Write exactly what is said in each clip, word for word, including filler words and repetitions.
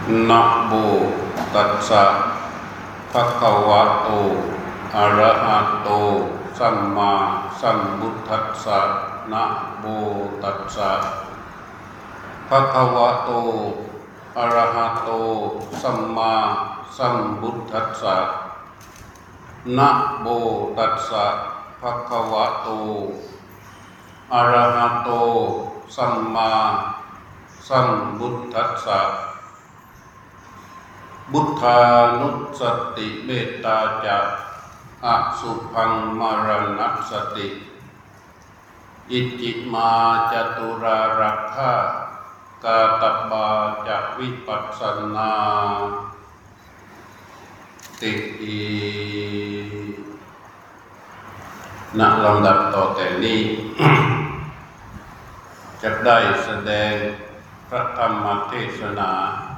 นะโมตัสสะภะคะวะโตอะระหะโตสัมมาสัมพุทธัสสะนะโมตัสสะภะคะวะโตอะระหะโตสัมมาสัมพุทธัสสะนะโมตัสสะภะคะวะโตอะระหะโตสัมมาสัมพุทธัสสะบุทธานุสติเมตตาจะอสุภังมรณสติอิจิมาจตุรารักขากาตบาจะวิปัสสนาติอิณลำดับต่อแต่นี้ จะได้แสดงพระธรรมเทศนา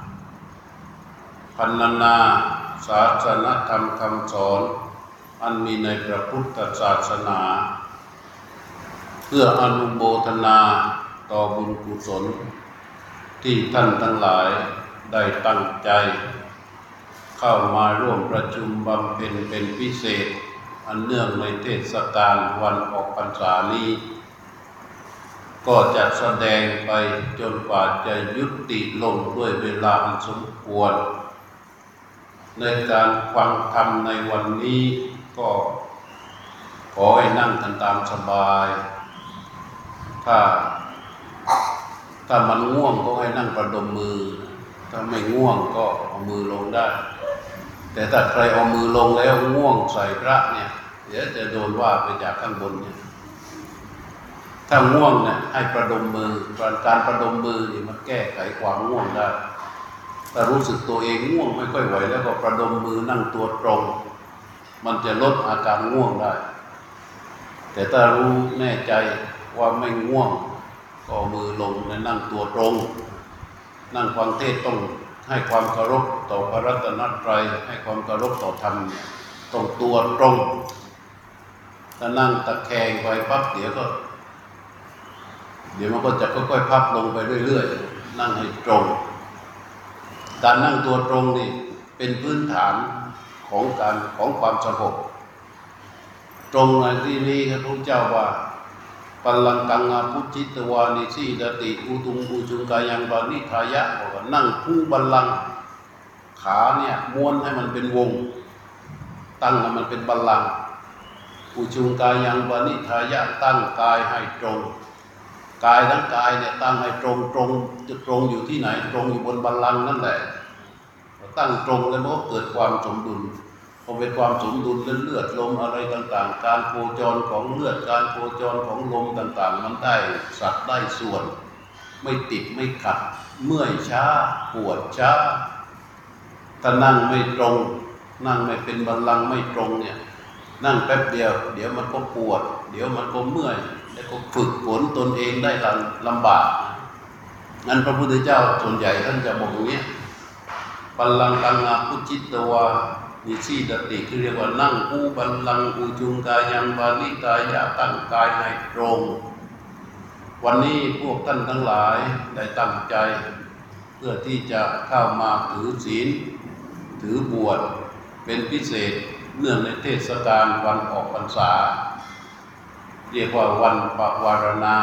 พรรณนาศาสนธรรมคำสอนอันมีในพระพุทธศาสนาเพื่ออนุโมทนาต่อบุญกุศลที่ท่านทั้งหลายได้ตั้งใจเข้ามาร่วมประชุมบำเพ็ญเป็นพิเศษอันเนื่องในเทศกาลวันออกพรรษานี้ก็จะแสดงไปจนกว่าจะยุติลงด้วยเวลาอันสมควรในการฟังธรรมในวันนี้ก็ขอให้นั่งกันตามสบายถ้าถ้ามันง่วงก็ให้นั่งประดมมือถ้าไม่ง่วงก็เอามือลงได้แต่ถ้าใครเอามือลงแล้วง่วงใส่พระเนี่ยเดี๋ยวจะโดนว่าไปจากข้างบนเนี่ยถ้าง่วงเนี่ยให้ประดมมือการประดมมือนี่มันแก้ไขความง่วงได้ถ้ารู้สึกตัวเองง่วงไม่ค่อยไหวแล้วก็ประดมมือนั่งตัวตรงมันจะลดอาการง่วงได้แต่ถ้ารู้แน่ใจว่าไม่ง่วงก็มือลงและนั่งตัวตรงนั่งฟังเทศต้องให้ความเคารพต่อพระรัตนตรัยให้ความเคารพต่อธรรมต้องตัวตรงถ้านั่งตะแคงไปปั๊บเดี๋ยวก็เดี๋ยวมันก็จะค่อยๆพับลงไปเรื่อยๆนั่งให้ตรงการนั่งตัวตรงนี่เป็นพื้นฐานของการของความสงบตรงในที่นี้พระพุทธเจ้าว่าปัลลังกังอาพุจิตวานิสีดติอุตุงอุจุงกายังบานิทายะบอกว่านั่งคู่บัลลังก์ขาเนี่ยม้วนให้มันเป็นวงตั้งให้มันเป็นบัลลังก์อุจุงกายังบานิทายะตั้งกายให้ตรงกายทั้งกายเนี่ยตั้งให้ตรงตรงจะตรงอยู่ที่ไหนตรงอยู่บนบัลลังก์นั่นแหละตั้งตรงแล้วมันก็เกิดความสมดุลพอเป็นความสมดุลเลือดลมอะไรต่างๆการโคจรของเลือดการโคจรของลมต่างๆมันได้สัดได้ส่วนไม่ติดไม่ขัดเมื่อยช้าปวดช้าถ้านั่งไม่ตรงนั่งไม่เป็นบัลลังก์ไม่ตรงเนี่ยนั่งแป๊บเดียวเดี๋ยวมันก็ปวดเดี๋ยวมันก็เมื่อยแล้วก็ฝึกฝนตนเองได้ลำบากงั้นพระพุทธเจ้าส่วนใหญ่ท่านจะบอกอย่างนี้บัลลังกังอาพุจิตวานิสีดติคือเรียกว่านั่งคู่บัลลังก์อุจุงกายังบาลิกายะตั้งกายให้ตรงวันนี้พวกท่านทั้งหลายได้ตั้งใจเพื่อที่จะเข้ามาถือศีลถือบวชเป็นพิเศษเนื่องในเทศกาลวันออกพรรษาเรียกว่าวันปวารณา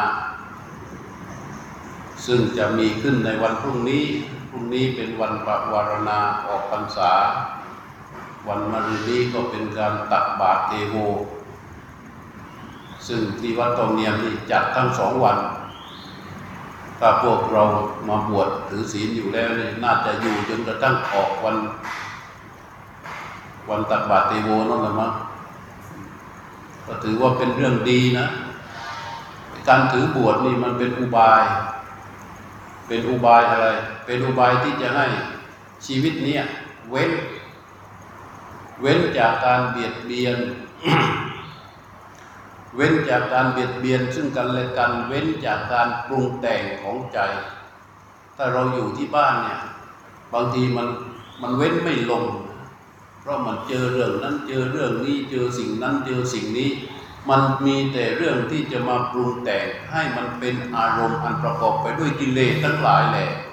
ซึ่งจะมีขึ้นในวันพรุ่งนี้พรุ่งนี้เป็นวันปวารณาออกพรรษาวันมะรืนนี้ก็เป็นการตักบาตรเทโวซึ่งที่วัดตองเนียมนี่จัดทั้งสองวันถ้าพวกเรามาบวชถือศีลอยู่แล้วนี่น่าจะอยู่จนกระทั่งออกวันวันตักบาตรเทโวนั่นแหละมั้งก็ถือว่าเป็นเรื่องดีนะการถือบวชนี่มันเป็นอุบายเป็นอุบายอะไรเป็นอุบายที่จะให้ชีวิตนี้เว้นเว้นจากการเบียดเบียน เว้นจากการเบียดเบียนซึ่งกันและกันเว้นจากการปรุงแต่งของใจถ้าเราอยู่ที่บ้านเนี่ยบางทีมันมันเว้นไม่ลงเพราะมันเจอเรื่องนั้นเจอเรื่องนี้เจอสิ่งนั้นเจอสิ่งนี้มันมีแต่เรื่องที่จะมาปรุงแต่งให้มันเป็นอารมณ์อันประกอบไปด้วยกิเลสทั้งหลายแหละ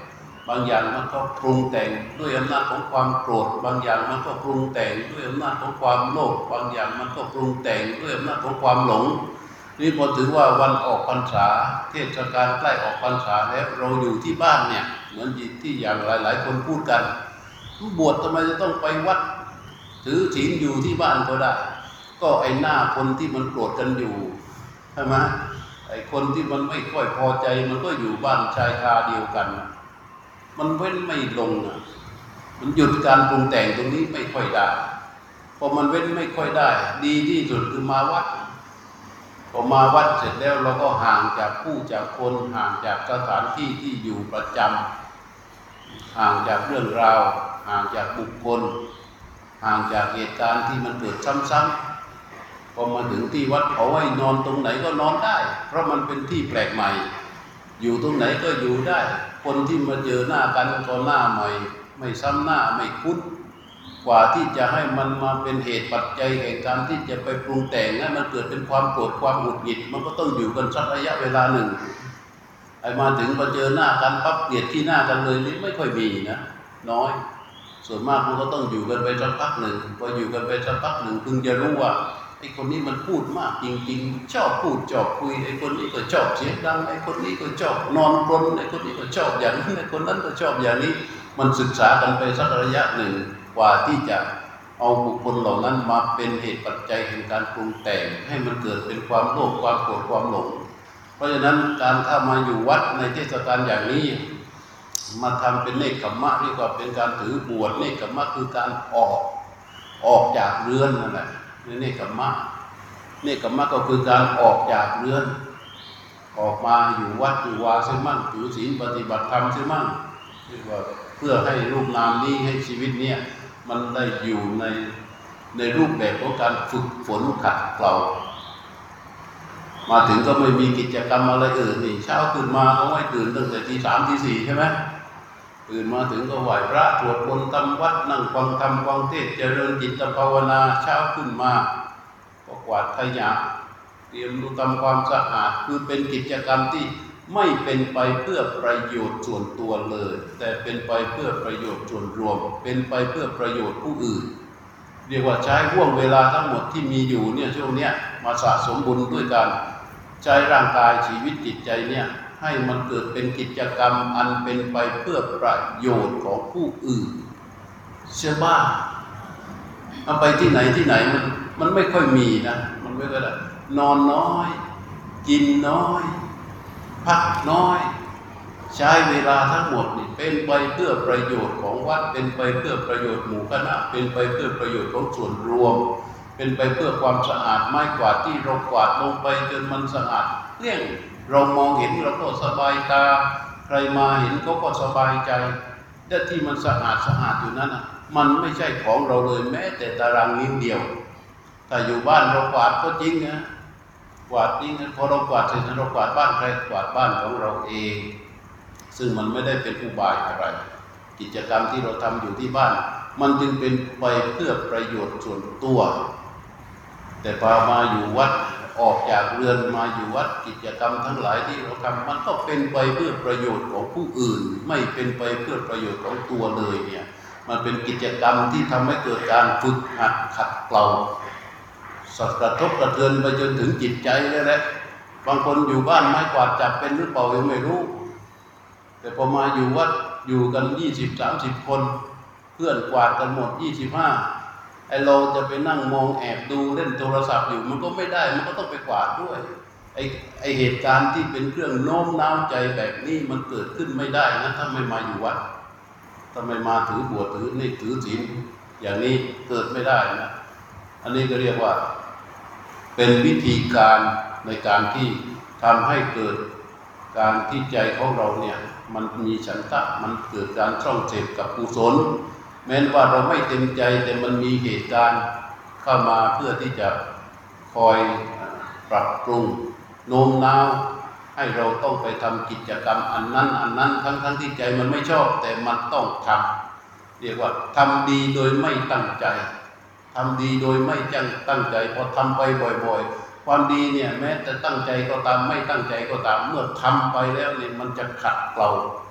บางอย่างมันก็ปรุงแต่งด้วยอำนาจของความโกรธบางอย่างมันก็ปรุงแต่งด้วยอำนาจของความโลภบางอย่างมันก็ปรุงแต่งด้วยอำนาจของความหลงนี่พอถือว่าวันออกพรรษาเทศกาลใกล้ออกพรรษาแล้วเราอยู่ที่บ้านเนี่ยเหมือนที่อย่างหลายๆคนพูดกันบวชทำไมจะต้องไปวัดถือศีลอยู่ที่บ้านก็ได้ก็ไอ้หน้าคนที่มันโกรธกันอยู่ใช่ไหมไอ้คนที่มันไม่ค่อยพอใจมันก็อยู่บ้านชายคาเดียวกันมันเว้นไม่ลงอ่ะมันหยุดการปรุงแต่งตรงนี้ไม่ค่อยได้พอมันเว้นไม่ค่อยได้ดีที่สุดคือมาวัดพอมาวัดเสร็จแล้วเราก็ห่างจากผู้จากคนห่างจากสถานที่ที่อยู่ประจำห่างจากเรื่องราวห่างจากบุคคลห่างจากเหตุการณ์ที่มันเกิดซ้ำๆพอมาถึงที่วัดเขาให้นอนตรงไหนก็นอนได้เพราะมันเป็นที่แปลกใหม่อยู่ตรงไหนก็อยู่ได้คนที่มาเจอหน้ากันก็หน้าใหม่ไม่ซ้ำหน้าไม่คุ้นกว่าที่จะให้มันมาเป็นเหตุปัจจัยแห่งการที่จะไปปรุงแต่งให้มันเกิดเป็นความโกรธความหงุดหงิดมันก็ต้องอยู่กันสักระยะเวลาหนึ่งไอ้มาถึงพอเจอหน้ากันปั๊บเกลียดที่หน้ากันเลยนี่ไม่ค่อยมีนะน้อยส่วนมากมันก็ต้องอยู่กันไปสักพักหนึ่งพออยู่กันไปสักพักหนึ่งเพิ่งจะรู้ว่าไอ้คนนี้มันพูดมากจริงๆชอบพูดชอบคุยไอ้คนนี้ก็ชอบเสียงดังไอ้คนนี้ก็ชอบนอนกรนไอ้คนนี้ก็ชอบอย่างนี้ไอ้คนนั้นก็ชอบอย่างนี้มันศึกษากันไปสักระยะหนึ่งกว่าที่จะเอาบุคคลเหล่านั้นมาเป็นเหตุปัจจัยแห่งการปรุงแต่งให้มันเกิดเป็นความโลภความโกรธความหลงเพราะฉะนั้นการเข้ามาอยู่วัดในเทศกาลอย่างนี้มาทำเป็นเนกขัมมะเรียกว่าเป็นการถือบวชเนกขัมมะคือการออกออกจากเรือนนั่นแหละเนกขัมมะเนกขัมมะก็คือการออกจากเรือนออกมาอยู่วัดอยู่วาเสียมั่งถือศีลปฏิบัติธรรมเสียมั่งเรียกว่าเพื่อให้รูปนามนี้ให้ชีวิตเนี่ยมันได้อยู่ในในรูปแบบของการฝึกฝนขัดเกลามาถึงก็ไม่มีกิจกรรมอะไรอื่นนี่เช้าตื่นมาก็ไม่ตื่นตั้งแต่ตีสามตีสี่ใช่ไหมตื่นมาถึงก็ไหว้พระสวดมนต์ทำวัดนั่งฟังธรรมฟังเทศน์เจริญจิตภาวนาเช้าขึ้นมาก็กวาดขยะเตรียมทำความสะอาดคือเป็นกิจกรรมที่ไม่เป็นไปเพื่อประโยชน์ส่วนตัวเลยแต่เป็นไปเพื่อประโยชน์ส่วนรวมเป็นไปเพื่อประโยชน์ผู้อื่นเรียกว่าใช้ห่วงเวลาทั้งหมดที่มีอยู่เนี่ยช่วงเนี้ยมาสะสมบุญด้วยกันใช้ร่างกายชีวิตจิตใจเนี่ยให้มันเกิดเป็นกิจกรรมอันเป็นไปเพื่อประโยชน์ของผู้อื่นเชื่อบ้างเอาไปที่ไหนที่ไหนมันมันไม่ค่อยมีนะมันไม่ค่อยได้นอนน้อยกินน้อยพักน้อยใช้เวลาทั้งหมดนี่เป็นไปเพื่อประโยชน์ของวัดเป็นไปเพื่อประโยชน์หมู่คณะเป็นไปเพื่อประโยชน์ของส่วนรวมเป็นไปเพื่อความสะอาดไม้กวาดที่เรากวาดลงไปจนมันสะอาดเกลี้ยงเรามองเห็นเราก็สบายตาใครมาเห็นเขาก็สบายใจแต่ที่มันสะอาดสะอาดอยู่นั้นนะมันไม่ใช่ของเราเลยแม้แต่ตารางนิ้วเดียวแต่อยู่บ้านเรากวาดก็จริงนะกวาดจริงพอเรากวาดเสร็จเรากวาดบ้านใครกวาดบ้านของเราเองซึ่งมันไม่ได้เป็นอุบายอะไรกิจกรรมที่เราทำอยู่ที่บ้านมันจึงเป็นไปเพื่อประโยชน์ส่วนตัวแต่พอมาอยู่วัดออกจากเรือนมาอยู่วัดกิจกรรมทั้งหลายที่เราทำมันก็เป็นไปเพื่อประโยชน์ของผู้อื่นไม่เป็นไปเพื่อประโยชน์ของตัวเลยเนี่ยมันเป็นกิจกรรมที่ทำให้เกิดการฝึกหัดขัดเกลาสักกระทบกระเทือนไปจนถึงจิตใจเลยแหละบางคนอยู่บ้านไม้กวาดจับเป็นหรือเปล่ายังไม่รู้แต่พอมาอยู่วัดอยู่กันยี่สิบ สามสิบคนเพื่อนกวาดกันหมดยี่สิบห้าไอ้เราจะไปนั่งมองแอบดูเล่นโทรศัพท์อยู่มันก็ไม่ได้มันก็ต้องไปกวาดด้วยไอ้ไอ้เหตุการณ์ที่เป็นเครื่องโน้มน้าวใจแบบนี้มันเกิดขึ้นไม่ได้นะถ้าไม่มาอยู่วัดถ้าไม่มาถือบวชถือนี่ถือศีลอย่างนี้เกิดไม่ได้นะอันนี้ก็เรียกว่าเป็นวิธีการในการที่ทำให้เกิดการที่ใจของเราเนี่ยมันมีฉันทะมันเกิดการช่องเสพกับกุศลแม้ว่าเราไม่เต็มใจแต่มันมีเหตุการณ์เข้ามาเพื่อที่จะคอยปรับปรุงโน้มน้าวให้เราต้องไปทำกิจกรรมอันนั้นอันนั้นทั้งทั้งที่ใจมันไม่ชอบแต่มันต้องทำเรียกว่าทำดีโดยไม่ตั้งใจทำดีโดยไม่ตั้งใจพอทำไปบ่อยๆความดีเนี่ยแม้แต่ตั้งใจก็ตามไม่ตั้งใจก็ตามเมื่อทำไปแล้วเนี่ยมันจะขัดเกลา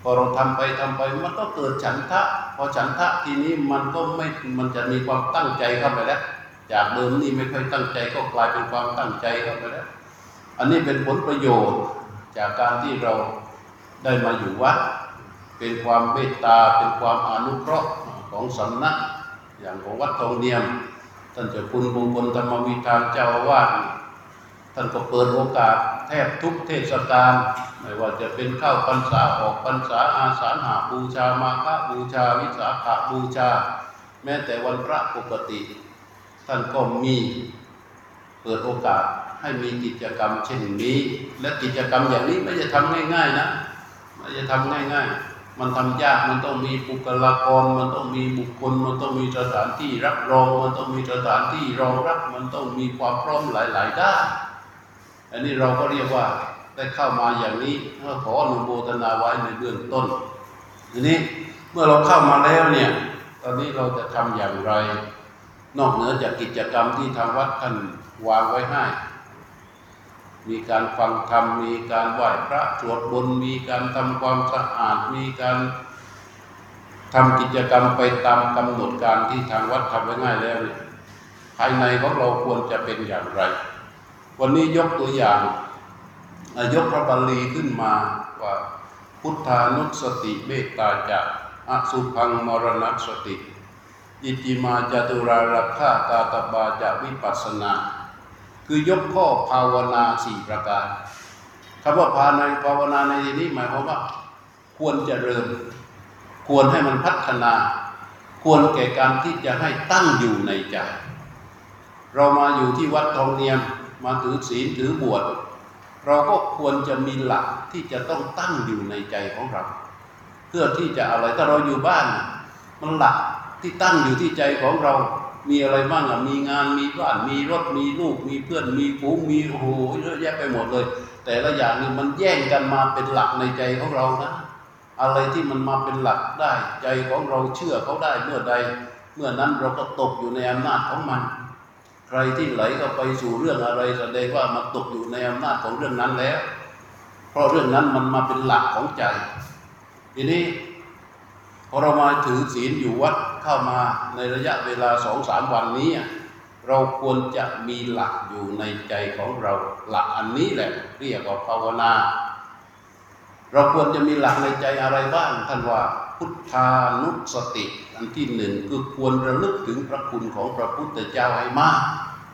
พอเราทำไปทำไปมันก็เกิดฉันทะพอฉันทะทีนี้มันก็ไม่มันจะมีความตั้งใจเข้าไปแล้วจากเดิมนี่ไม่ค่อยตั้งใจก็กลายเป็นความตั้งใจเข้าไปแล้วอันนี้เป็นผลประโยชน์จากการที่เราได้มาอยู่วัดเป็นความเมตตาเป็นความอนุเคราะห์ของสำนักอย่างของวัดทองเนียมท่านเจ้าคุณมงคลธรรมวิธานเจ้าอาวาสท่านก็เปิดโอกาสแทบทุกเทศกาลไม่ว่าจะเป็นเข้าพรรษาออกพรรษาอาสาฬหบูชามาฆบูชาวิสาขบูชาแม้แต่วันพระปกติท่านก็มีเปิดโอกาสให้มีกิจกรรมเช่นนี้และกิจกรรมอย่างนี้ไม่จะทำง่ายๆนะไม่จะทำง่ายๆมันทำยากมันต้องมีบุคลากรมันต้องมีบุคคลมันต้องมีสถานที่รับรองมันต้องมีสถานที่รองรับมันต้องมีความพร้อมหลายๆด้านอันนี้เราก็เรียกว่าได้เข้ามาอย่างนี้ก็ขออนุโมทนาไว้ในเบื้องต้นทีนี้เมื่อเราเข้ามาแล้วเนี่ยตอนนี้เราจะทำอย่างไรนอกเหนือจากกิจกรรมที่ทางวัดท่านวางไว้ให้มีการฟังธรรมมีการไหว้พระสวดมนต์มีการทำความสะอาดมีการทำกิจกรรมไปตามกำหนดการที่ทางวัดทำไว้ง่ายแล้วเนี่ยภายในของเราควรจะเป็นอย่างไรวันนี้ยกตัวอย่างยกพระบาลีขึ้นมาว่าพุทธานุสติเมตตาจะอสุภังมรณสติอิจิมาจตุรารักขากาตบาจะวิปัสสนาคือยกข้อภาวนาสี่ประการคำว่าภาวนาภาวนาในที่นี้หมายความว่าควรเจริญควรให้มันพัฒนาควรแก่การที่จะให้ตั้งอยู่ในใจเรามาอยู่ที่วัดทองเนียมมาถือศีลถือบวชเราก็ควรจะมีหลักที่จะต้องตั้งอยู่ในใจของเราเพื่อที่จะอะไรถ้าเราอยู่บ้านมันหลักที่ตั้งอยู่ที่ใจของเรามีอะไรบ้างอ่ะมีงานมีบ้านมีรถมีลูกมีเพื่อนมีฝูงมีโอ้โหเยอะแยะไปหมดเลยแต่ละอย่างนี่มันแย่งกันมาเป็นหลักในใจของเรานะอะไรที่มันมาเป็นหลักได้ใจของเราเชื่อเขาได้เมื่อใดเมื่อนั้นเราก็ตกอยู่ในอำนาจของมันใครที่ไหลก็ไปสู่เรื่องอะไรแสดงว่ามันตกอยู่ในอำนาจของเรื่องนั้นแล้วเพราะเรื่องนั้นมันมาเป็นหลักของใจทีนี้พอเรามาถือศีลอยู่วัดเข้ามาในระยะเวลาสองสามวันนี้เราควรจะมีหลักอยู่ในใจของเราหลักอันนี้แหละเรียกว่าภาวนาเราควรจะมีหลักในใจอะไรบ้างท่านว่าพุทธานุสติอันที่หนึ่งคือควรระลึกถึงพระคุณของพระพุทธเจ้าให้มาก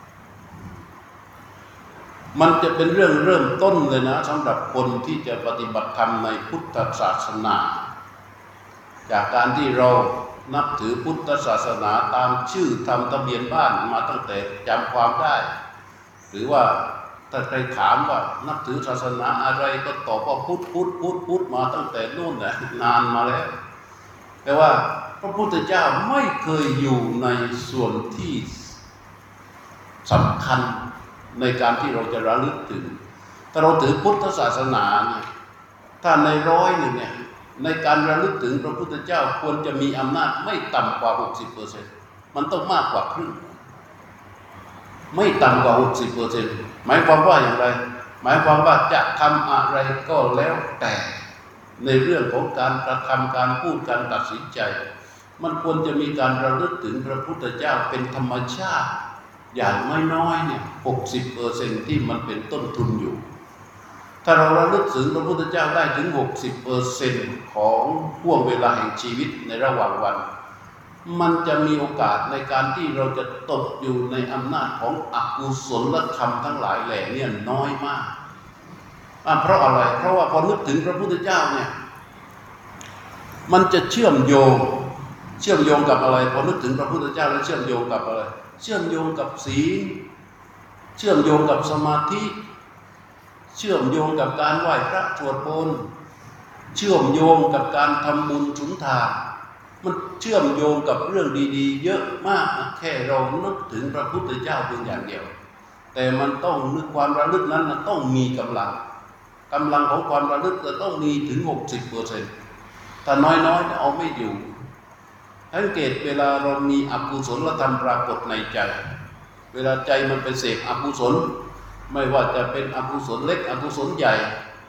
มันจะเป็นเรื่องเริ่มต้นเลยนะสำหรับคนที่จะปฏิบัติธรรมในพุทธศาสนาจากการที่เรานับถือพุทธศาสนาตามชื่อทำทะเบียนบ้านมาตั้งแต่จำความได้หรือว่าถ้าใครถามว่านับถือศาสนาอะไรก็ตอบว่าพุทธพุทธพุทธพุทธมาตั้งแต่นู่นแหละนานมาแล้วแต่ว่าพระพุทธเจ้าไม่เคยอยู่ในส่วนที่สำคัญในการที่เราจะระลึกถึงถ้าเราถือพุทธศาสนาเนี่ยถ้าในร้อยหนึ่งเนี่ยในการระลึกถึงพระพุทธเจ้าควรจะมีอำนาจไม่ต่ำกว่า หกสิบเปอร์เซ็นต์ มันต้องมากกว่าครึ่งไม่ต่ำกว่า หกสิบเปอร์เซ็นต์ หมายความว่าอย่างไรหมายความว่าจะทำอะไรก็แล้วแต่ในเรื่องของการกระทำการพูดการตัดสินใจมันควรจะมีการระลึกถึงพระพุทธเจ้าเป็นธรรมชาติอย่างน้อยๆเนี่ย หกสิบเปอร์เซ็นต์ ที่มันเป็นต้นทุนอยู่ถ้าเราระลึกถึงพระพุทธเจ้าได้ถึง หกสิบเปอร์เซ็นต์ ของห่วงเวลาแห่งชีวิตในระหว่างวันมันจะมีโอกาสในการที่เราจะตกอยู่ในอำนาจของอกุศลธรรมทั้งหลายแหล่เนี่ยน้อยมากเพราะอะไรเพราะว่าพอนึกถึงพระพุทธเจ้าเนี่ยมันจะเชื่อมโยงเชื่อมโยงกับอะไรพอนึกถึงพระพุทธเจ้าแล้วเชื่อมโยงกับอะไรเชื่อมโยงกับศีลเชื่อมโยงกับสมาธิเชื่อมโยงกับการไหว้พระสวดมนต์เชื่อมโยงกับการทำบุญสุนทานมันเชื่อมโยงกับเรื่องดีๆเยอะมากนะแค่เรานึกถึงพระพุทธเจ้าเพียงอย่างเดียวแต่มันต้องนึกความระลึกนั้นมันต้องมีกำลังกำลังของความระลึกจะต้องมีถึง หกสิบเปอร์เซ็นต์ ถ้าน้อยๆเอาไม่อยู่สังเกตเวลาเรามีอกุศลธรรมปรากฏในใจเวลาใจมันไปเสพอกุศลไม่ว่าจะเป็นอกุศลเล็กอกุศลใหญ่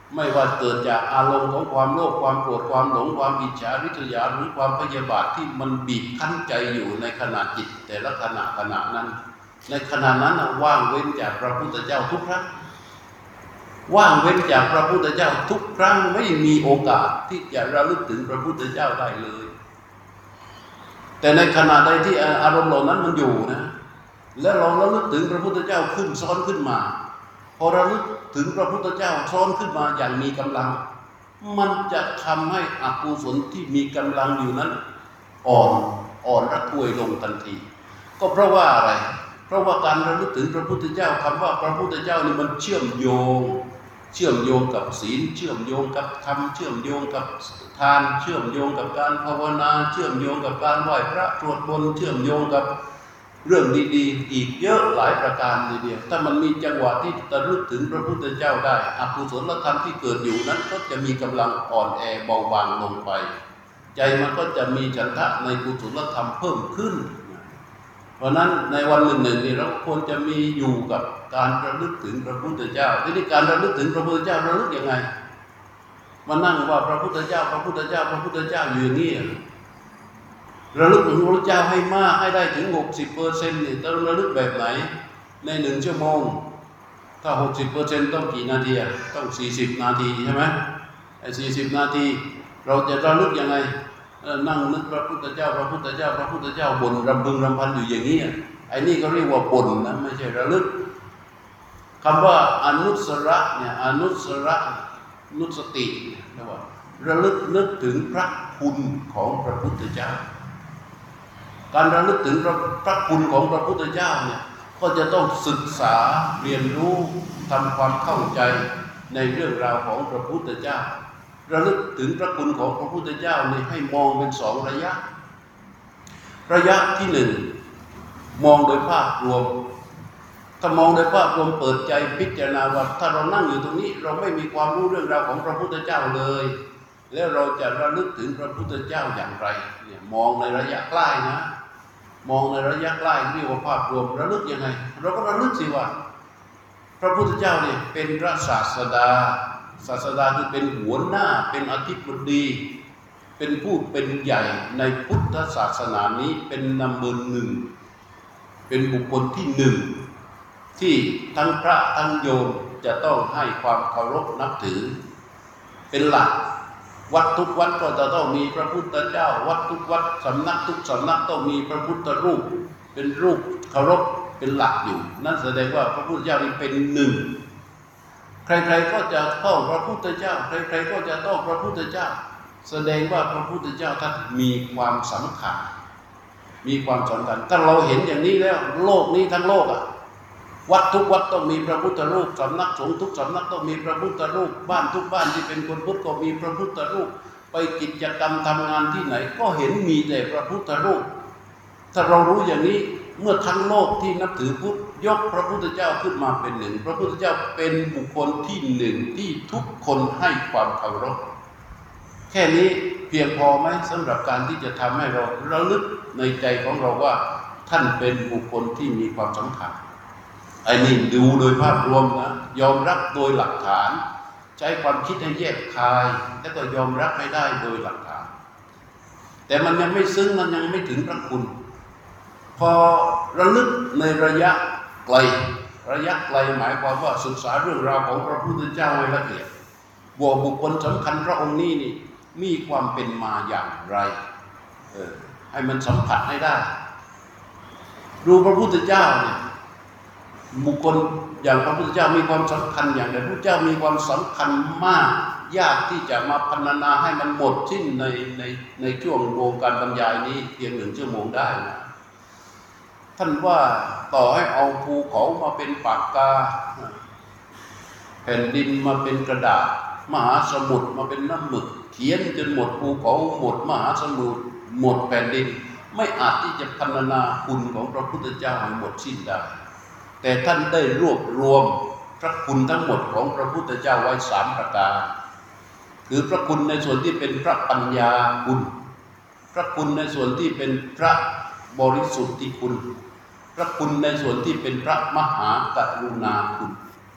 ไม่ว่าเกิดจากอารมณ์ของความโลภความโกรธความหลงความอิจฉาริษยาหรือความพยาบาทที่มันบีบคั้นใจอยู่ในขณะจิตแต่ละขณะขณะนั้นในขณะนั้นว่างเว้นจากพระพุทธเจ้าทุกครั้งว่างเว้นจากพระพุทธเจ้าทุกครั้งไม่มีโอกาสที่จะระลึกถึงพระพุทธเจ้าได้เลยแต่ในขณะใดที่อารมณ์เหล่านั้นมันอยู่นะและเราระลึกถึงพระพุทธเจ้าขึ้นซ้อนขึ้นมาพอระลึกถึงพระพุทธเจ้าซ้อนขึ้นมาอย่างมีกำลังมันจะทำให้อกุศลที่มีกำลังอยู่นั้นอ่อนอ่อนระทวยลงทันทีก็เพราะว่าอะไรเพราะว่าการระลึกถึงพระพุทธเจ้าคำว่าพระพุทธเจ้านี่มันเชื่อมโยงเชื่อมโยงกับศีลเชื่อมโยงกับธรรมเชื่อมโยงกับทานเชื่อมโยงกับการภาวนาเชื่อมโยงกับการไหว้พระสวดมนต์เชื่อมโยงกับเรื่องดีๆอีกเยอะหลายประการทีเดียวถ้ามันมีจังหวะที่ระลึกถึงพระพุทธเจ้าได้อกุศลธรรมที่เกิดอยู่นั้นก็จะมีกำลังอ่อนแอเบาบางลงไปใจมันก็จะมีฉันทะในกุศลธรรมเพิ่มขึ้นเพราะนั้นในวันหนึ่งหนึ่งนี่เราควรจะมีอยู่กับการระลึกถึงพระพุทธเจ้าทีนี้การระลึกถึงพระพุทธเจ้าระลึกยังไงมานั่งว่าพระพุทธเจ้าพระพุทธเจ้าพระพุทธเจ้าอยู่อย่างนี้ระลึกถึงพระพุทธเจ้าให้มากให้ได้ถึง หกสิบเปอร์เซ็นต์ นี่ต้องระลึกแบบไหนในหนึ่งชั่วโมงถ้า หกสิบเปอร์เซ็นต์ ต้องกี่นาทีต้องสี่สิบนาทีใช่ไหมไอ้สี่สิบนาทีเราจะระลึกยังไงนั่งนึกพระพุทธเจ้าพระพุทธเจ้าพระพุทธเจ้าบ่นรำพึงรำพันอยู่อย่างนี้ไอ้นี่ก็เรียกว่าบ่นนะไม่ใช่ระลึกคำว่าอนุสระเนี่ยอนุสระนุสติเรียกว่าระลึกนึกถึงพระคุณของพระพุทธเจ้าการระลึกถึงพระคุณของพระพุทธเจ้าเนี่ยก็จะต้องศึกษาเรียนรู้ทำความเข้าใจในเรื่องราวของพระพุทธเจ้าระลึกถึงพระคุณของพระพุทธเจ้านี่ให้มองเป็นสองระยะระยะที่หนึ่งมองโดยภาพรวมถ้ามองโดยภาพรวมเปิดใจพิจารณาว่าถ้าเรานั่งอยู่ตรงนี้เราไม่มีความรู้เรื่องราวของพระพุทธเจ้าเลยแล้วเราจะระลึกถึงพระพุทธเจ้าอย่างไรเนี่ยมองในระยะใกล้นะมองในระยะใกล้เรียกว่าภาพรวมระลึกยังไงเราก็ระลึกสิว่าพระพุทธเจ้าเนี่ยเป็นพระศาสดาศาสดาคือเป็นหัวหน้าเป็นอธิบดีเป็นผู้เป็นใหญ่ในพุทธศาสนานี้เป็นนัมเบอร์หนึ่งเป็นบุคคลที่หนึ่งที่ทั้งพระทั้งโยมจะต้องให้ความเคารพนับถือเป็นหลักวัดทุกวัดก็จะต้องมีพระพุทธเจ้าวัดทุกวัดสำนักทุกสำนักต้องมีพระพุทธรูปเป็นรูปเคารพเป็นหลักอยู่นั่นแสดงว่าพระพุทธเจ้านี่เป็นหนึ่งใครๆก็จะต้องพระพุทธเจ้าใครๆก็จะต้องพระพุทธเจ้าแสดงว่าพระพุทธเจ้าท่านมีความสำคัญมีความสำคัญถ้าเราเห็นอย่างนี้แล้วโลกนี้ทั้งโลกอ่ะวัดทุกวัดต้องมีพระพุทธรูปสำนักสงฆ์ทุกสำนักต้องมีพระพุทธรูปบ้านทุกบ้านที่เป็นคนพุทธก็มีพระพุทธรูปไปกิจกรรมทำงานที่ไหนก็เห็นมีแต่พระพุทธรูปถ้าเรารู้อย่างนี้เมื่อทั้งโลกที่นับถือพุทธยกพระพุทธเจ้าขึ้นมาเป็นหนึ่งพระพุทธเจ้าเป็นบุคคลที่หนึ่งที่ทุกคนให้ความเคารพแค่นี้เพียงพอไหมสำหรับการที่จะทำให้เราระลึกในใจของเราว่าท่านเป็นบุคคลที่มีความสำคัญไอ้นี่ดูโดยภาพรวมนะยอมรับโดยหลักฐานใช้ความคิดให้แยกคายแล้วก็ยอมรับให้ได้โดยหลักฐานแต่มันยังไม่ซึ้งมันยังไม่ถึงพระคุณพอระลึกในระยะไกลระยะไกลหมายความว่าศึกษาเรื่องราวของพระพุทธเจ้าให้ละเอียดว่าบุคคลสำคัญพระองค์นี้นี่มีความเป็นมาอย่างไรเออให้มันสัมผัสให้ได้ดูพระพุทธเจ้าเนี่ยบุคคลอย่างพระพุทธเจ้ามีความสำคัญอย่างไรพระพุทธเจ้ามีความสำคัญมากยากที่จะมาพรรณนาให้มันหมดสิ้นในในในช่วงวงการบรรยายนี้เพียงหนึ่งชั่วโมงได้นะท่านว่าต่อให้เอาภูเขามาเป็นปากกาแผ่นดินมาเป็นกระดาษมหาสมุทรมาเป็นน้ำหมึกเขียนจนหมดภูเขาหมดมหาสมุทรหมดแผ่นดินไม่อาจที่จะพรรณนาคุณของพระพุทธเจ้าให้หมดสิ้นได้แต่ท่านได้รวบรวมพระคุณทั้งหมดของพระพุทธเจ้าไว้สามประการคือพระคุณในส่วนที่เป็นพระปัญญาคุณพระคุณในส่วนที่เป็นพระบริสุทธิคุณพระคุณในส่วนที่เป็นพระมหากรุณาคุณ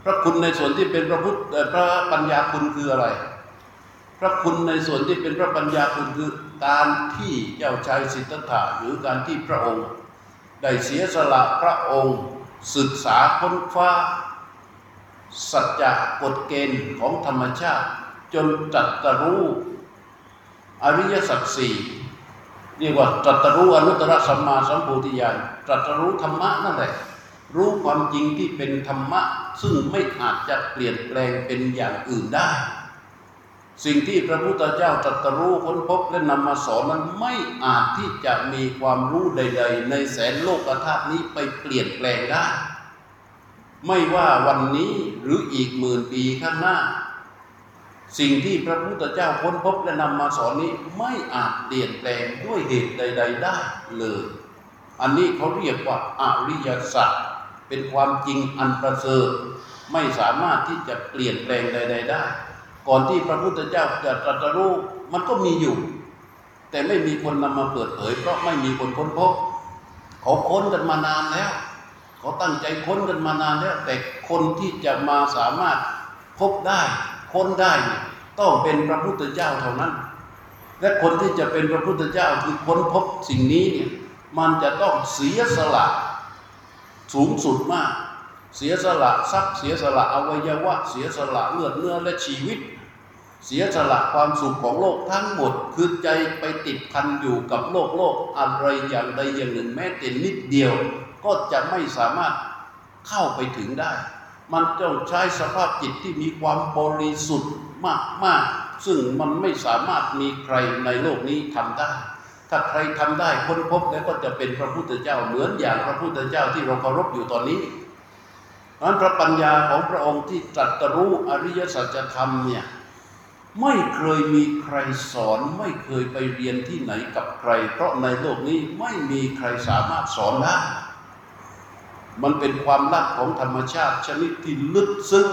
พระคุณในส่วนที่เป็นพระพุทธพระปัญญาคุณคืออะไรพระคุณในส่วนที่เป็นพระปัญญาคุณคือการที่เจ้าชายสิทธัตถะหรือการที่พระองค์ได้เสียสละพระองค์ศึกษาค้นคว้าสัจจะกฎเกณฑ์ของธรรมชาติจนตรัสรู้อริยสัจสี่เรียกว่าตรัสรู้อนุตตรสัมมาสัมโพธิญาณตรัสรู้ธรรมะนั่นแหละรู้ความจริงที่เป็นธรรมะซึ่งไม่อาจจะเปลี่ยนแปลงเป็นอย่างอื่นได้สิ่งที่พระพุทธเจ้าตรัสรู้ค้นพบและนำมาสอนนั้นไม่อาจที่จะมีความรู้ใดๆในแสนโลกธาตุนี้ไปเปลี่ยนแปลงได้ไม่ว่าวันนี้หรืออีกหมื่นปีข้างหน้าสิ่งที่พระพุทธเจ้าค้นพบและนำมาสอนนี้ไม่อาจเปลี่ยนแปลงด้วยเหตุใดๆได้เลยอันนี้เขาเรียกว่าอริยสัจเป็นความจริงอันประเสริฐไม่สามารถที่จะเปลี่ยนแปลงใดๆได้ก่อนที่พระพุทธเจ้าจะตรัสรู้มันก็มีอยู่แต่ไม่มีคนนำมาเปิดเผยเพราะไม่มีคนค้นพบเขาค้นกันมานานแล้วเขาตั้งใจค้นกันมานานแล้วแต่คนที่จะมาสามารถพบได้ค้นได้ต้องเป็นพระพุทธเจ้าเท่านั้นและคนที่จะเป็นพระพุทธเจ้าคือค้นพบสิ่งนี้เนี่ยมันจะต้องเสียสละสูงสุดมากเสียสละทรัพย์เสียสละอวัยวะเสียสละเลือดเนื้อและชีวิตเสียสละความสุขของโลกทั้งหมดคือใจไปติดพันอยู่กับโลกโลกอะไรอย่างใดอย่างหนึ่งแม้แต่นิดเดียวก็จะไม่สามารถเข้าไปถึงได้มันต้องใช้สภาพจิตที่มีความบริสุทธิ์มากๆซึ่งมันไม่สามารถมีใครในโลกนี้ทำได้ถ้าใครทำได้ค้นพบแล้วก็จะเป็นพระพุทธเจ้าเหมือนอย่างพระพุทธเจ้าที่เราเคารพอยู่ตอนนี้นั้นพระปัญญาของพระองค์ที่ตรัสรู้อริยสัจธรรมเนี่ยไม่เคยมีใครสอนไม่เคยไปเรียนที่ไหนกับใครเพราะในโลกนี้ไม่มีใครสามารถสอนได้มันเป็นความลับของธรรมชาติชนิดที่ลึกซึ้ง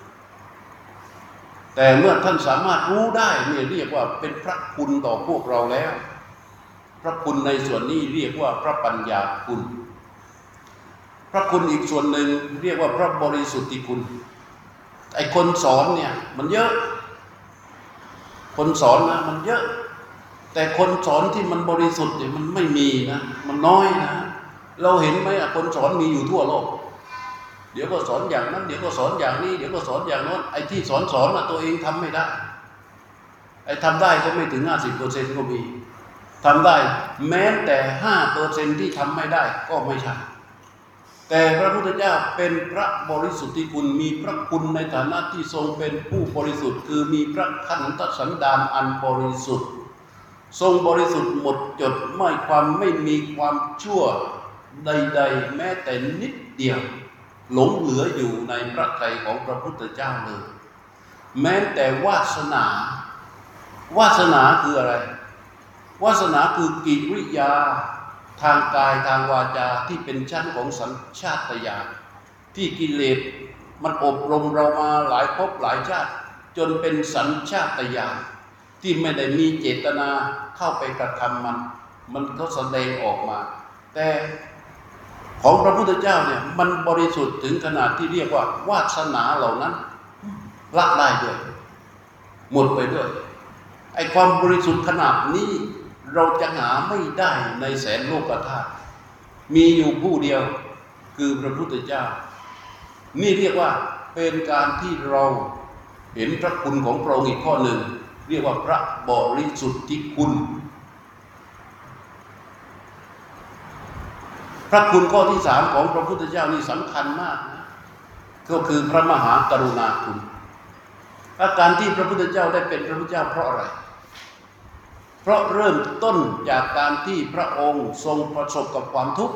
แต่เมื่อท่านสามารถรู้ได้เนี่ยเรียกว่าเป็นพระคุณต่อพวกเราแล้วพระคุณในส่วนนี้เรียกว่าพระปัญญาคุณพระคุณอีกส่วนหนึ่งเรียกว่าพระบริสุทธิคุณไอ้คนสอนเนี่ยมันเยอะคนสอนนะมันเยอะแต่คนสอนที่มันบริสุทธิ์เนี่ยมันไม่มีนะมันน้อยนะเราเห็นไหมอ่ะคนสอนมีอยู่ทั่วโลกเดี๋ยวก็สอนอย่างนั้นเดี๋ยวก็สอนอย่างนี้เดี๋ยวก็สอนอย่างโน้นไอ้ที่สอนสอนน่ะตัวเองทำไม่ได้ไอ้ทำได้ก็ไม่ถึง ห้าสิบเปอร์เซ็นต์ ก็มีทำได้แม้แต่ ห้าเปอร์เซ็นต์ ที่ทำไม่ได้ก็ไม่ใช่แต่พระพุทธเจ้าเป็นพระบริสุทธิคุณมีพระคุณในฐานะที่ทรงเป็นผู้บริสุทธิ์คือมีพระขันธสันดานอันบริสุทธิ์ทรงบริสุทธิ์หมดจดไม่ความไม่มีความชั่วใดๆแม้แต่นิดเดียวหลงเหลืออยู่ในพระทัยของพระพุทธเจ้าเลยแม้แต่วาสนาวาสนาคืออะไรวาสนาคือกิริยาทางกายทางวาจาที่เป็นชั้นของสัญชาตญาณที่กิเลสมันอบรมเรามาหลายภพหลายชาติจนเป็นสัญชาตญาณที่ไม่ได้มีเจตนาเข้าไปกระทำมันมันก็แสดงออกมาแต่ของพระพุทธเจ้าเนี่ยมันบริสุทธิ์ถึงขนาดที่เรียกว่าวาสนาเหล่านั้นละได้ด้วยหมดไปด้วยไอ้ความบริสุทธิ์ขนาดนี้เราจะหาไม่ได้ในแสนโลกธาตุมีอยู่ผู้เดียวคือพระพุทธเจ้านี่เรียกว่าเป็นการที่เราเห็นพระคุณของพระองค์อีกข้อหนึ่งเรียกว่าพระบริสุทธิคุณพระคุณข้อที่สามของพระพุทธเจ้านี่สำคัญมากนะก็คือพระมหากรุณาคุณอาการที่พระพุทธเจ้าได้เป็นพระพุทธเจ้าเพราะอะไรเพราะเริ่มต้นจากการที่พระองค์ทรงประสบกับความทุกข์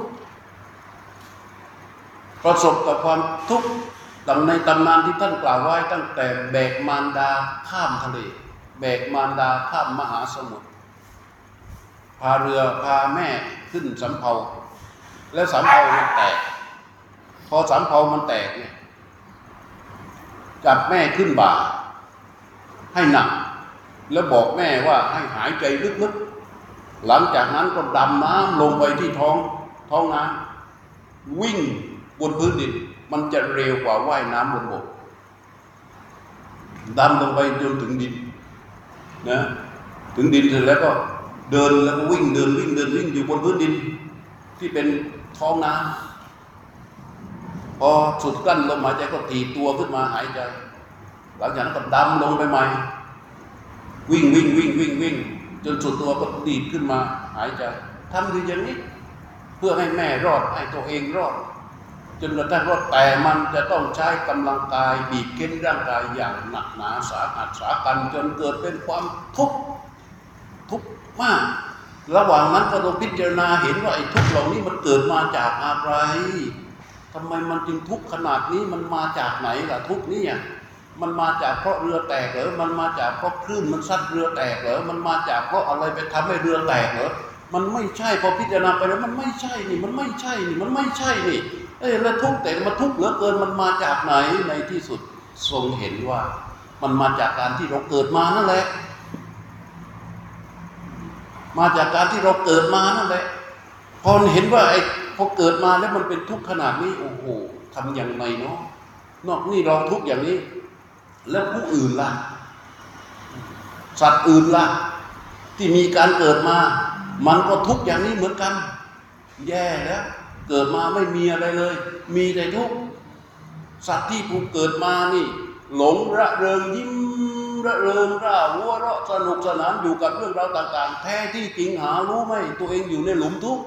ประสบกับความทุกข์ดังในตำนานที่ท่านกล่าวไว้ตั้งแต่แบกมารดาข้ามทะเลแบกมารดาข้ามมหาสมุทรพาเรือพาแม่ขึ้นสำเภาแล้วสำเภามันแตกพอสำเภามันแตกเนี่ยจับแม่ขึ้นบ่าให้หนักแล้วบอกแม่ว่าให้หายใจลึกๆหลังจากนั้นก็ดำน้ำลงไปที่ท้องท้องน้ำวิ่งบนพื้นดินมันจะเร็วกว่าว่ายน้ำบนบกดำลงไปจนถึงดินนะถึงดินเสร็จแล้วก็เดินแล้วก็วิ่งเดินวิ่งเดินวิ่งอยู่บนพื้นดินที่เป็นท้องน้ำพอสุดกั้นลมหายใจก็ตีตัวขึ้นมาหายใจหลังจากนั้นก็ดำลงไปใหม่วิ่งวิ่งวิ่งวิ่งวิ่งจนสุดตัวก็ดีดขึ้นมาหายใจทำอยู่อย่างนี้เพื่อให้แม่รอดให้ตัวเองรอดจนกระทั่งรอดแต่มันจะต้องใช้กำลังกายบีบเค้นร่างกายอย่างหนักหนาสาหัสสากันจนเกิดเป็นความทุกข์ทุกข์มากระหว่างนั้นก็ต้องพิจารณาเห็นว่าไอ้ทุกข์เหล่านี้มันเกิดมาจากอะไรทำไมมันจึงทุกข์ขนาดนี้มันมาจากไหนล่ะทุกข์นี่มันมาจากเพราะเรือแตกเหรอมันมาจากเพราะคลื่นมันซัดเรือแตกเหรอมันมาจากเพราะอะไรไปทำให้เรือแตกเหรอมันไม่ใช่พอพิจารณาไปแล้วมันไม่ใช่นี่มันไม่ใช่นี่มันไม่ใช่นี่เอ้ยแล้วทุกข์แต่มันทุกข์เหลือเกินมันมาจากไหนในที่สุดทรงเห็นว่ามันมาจากการที่เราเกิดมานั่นแหละมาจากการที่เราเกิดมานั่นแหละพอเห็นว่าไอ้พอเกิดมาแล้วมันเป็นทุกข์ขนาดนี้โอ้โหทำอย่างไรเนาะนอกนี่เราทุกข์อย่างนี้แล้วผู้อื่นล่ะสัตว์อื่นล่ะที่มีการเกิดมามันก็ทุกข์อย่างนี้เหมือนกันแย่แล้วเกิดมาไม่มีอะไรเลยมีแต่ทุกข์สัตว์ที่ผู้เกิดมานี่หลงระเริงยิ้มระเริงร่าหัวเราะสนุกสนานอยู่กับเรื่องราวต่างๆแท้ที่จริงหารู้ไหมตัวเองอยู่ในหลุมทุกข์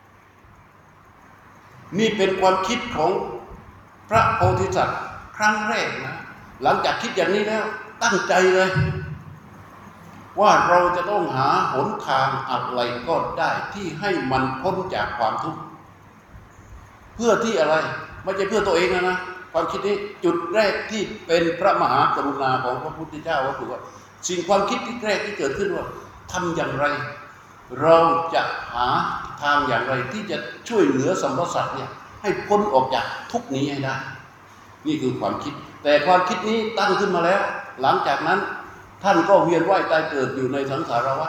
นี่เป็นความคิดของพระโพธิสัตว์ครั้งแรกนะหลังจากคิดอย่างนี้แล้วตั้งใจเลยว่าเราจะต้องหาหนทางอะไรก็ได้ที่ให้มันพ้นจากความทุกข์เพื่อที่อะไรไม่ใช่เพื่อตัวเองนะนะความคิดนี้จุดแรกที่เป็นพระมหากรุณาของพระพุทธเจ้าก็คือว่าสิ่งความคิดที่แรกที่เกิดขึ้นว่าทำอย่างไรเราจะหาทางอย่างไรที่จะช่วยเหลือสรรพสัตว์เนี่ยให้พ้นออกจากทุกข์นี้ให้ได้นี่คือความคิดแต่ความคิดนี้ตั้งขึ้นมาแล้วหลังจากนั้นท่านก็เวียนว่ายตายเกิดอยู่ในสังสารวัฏ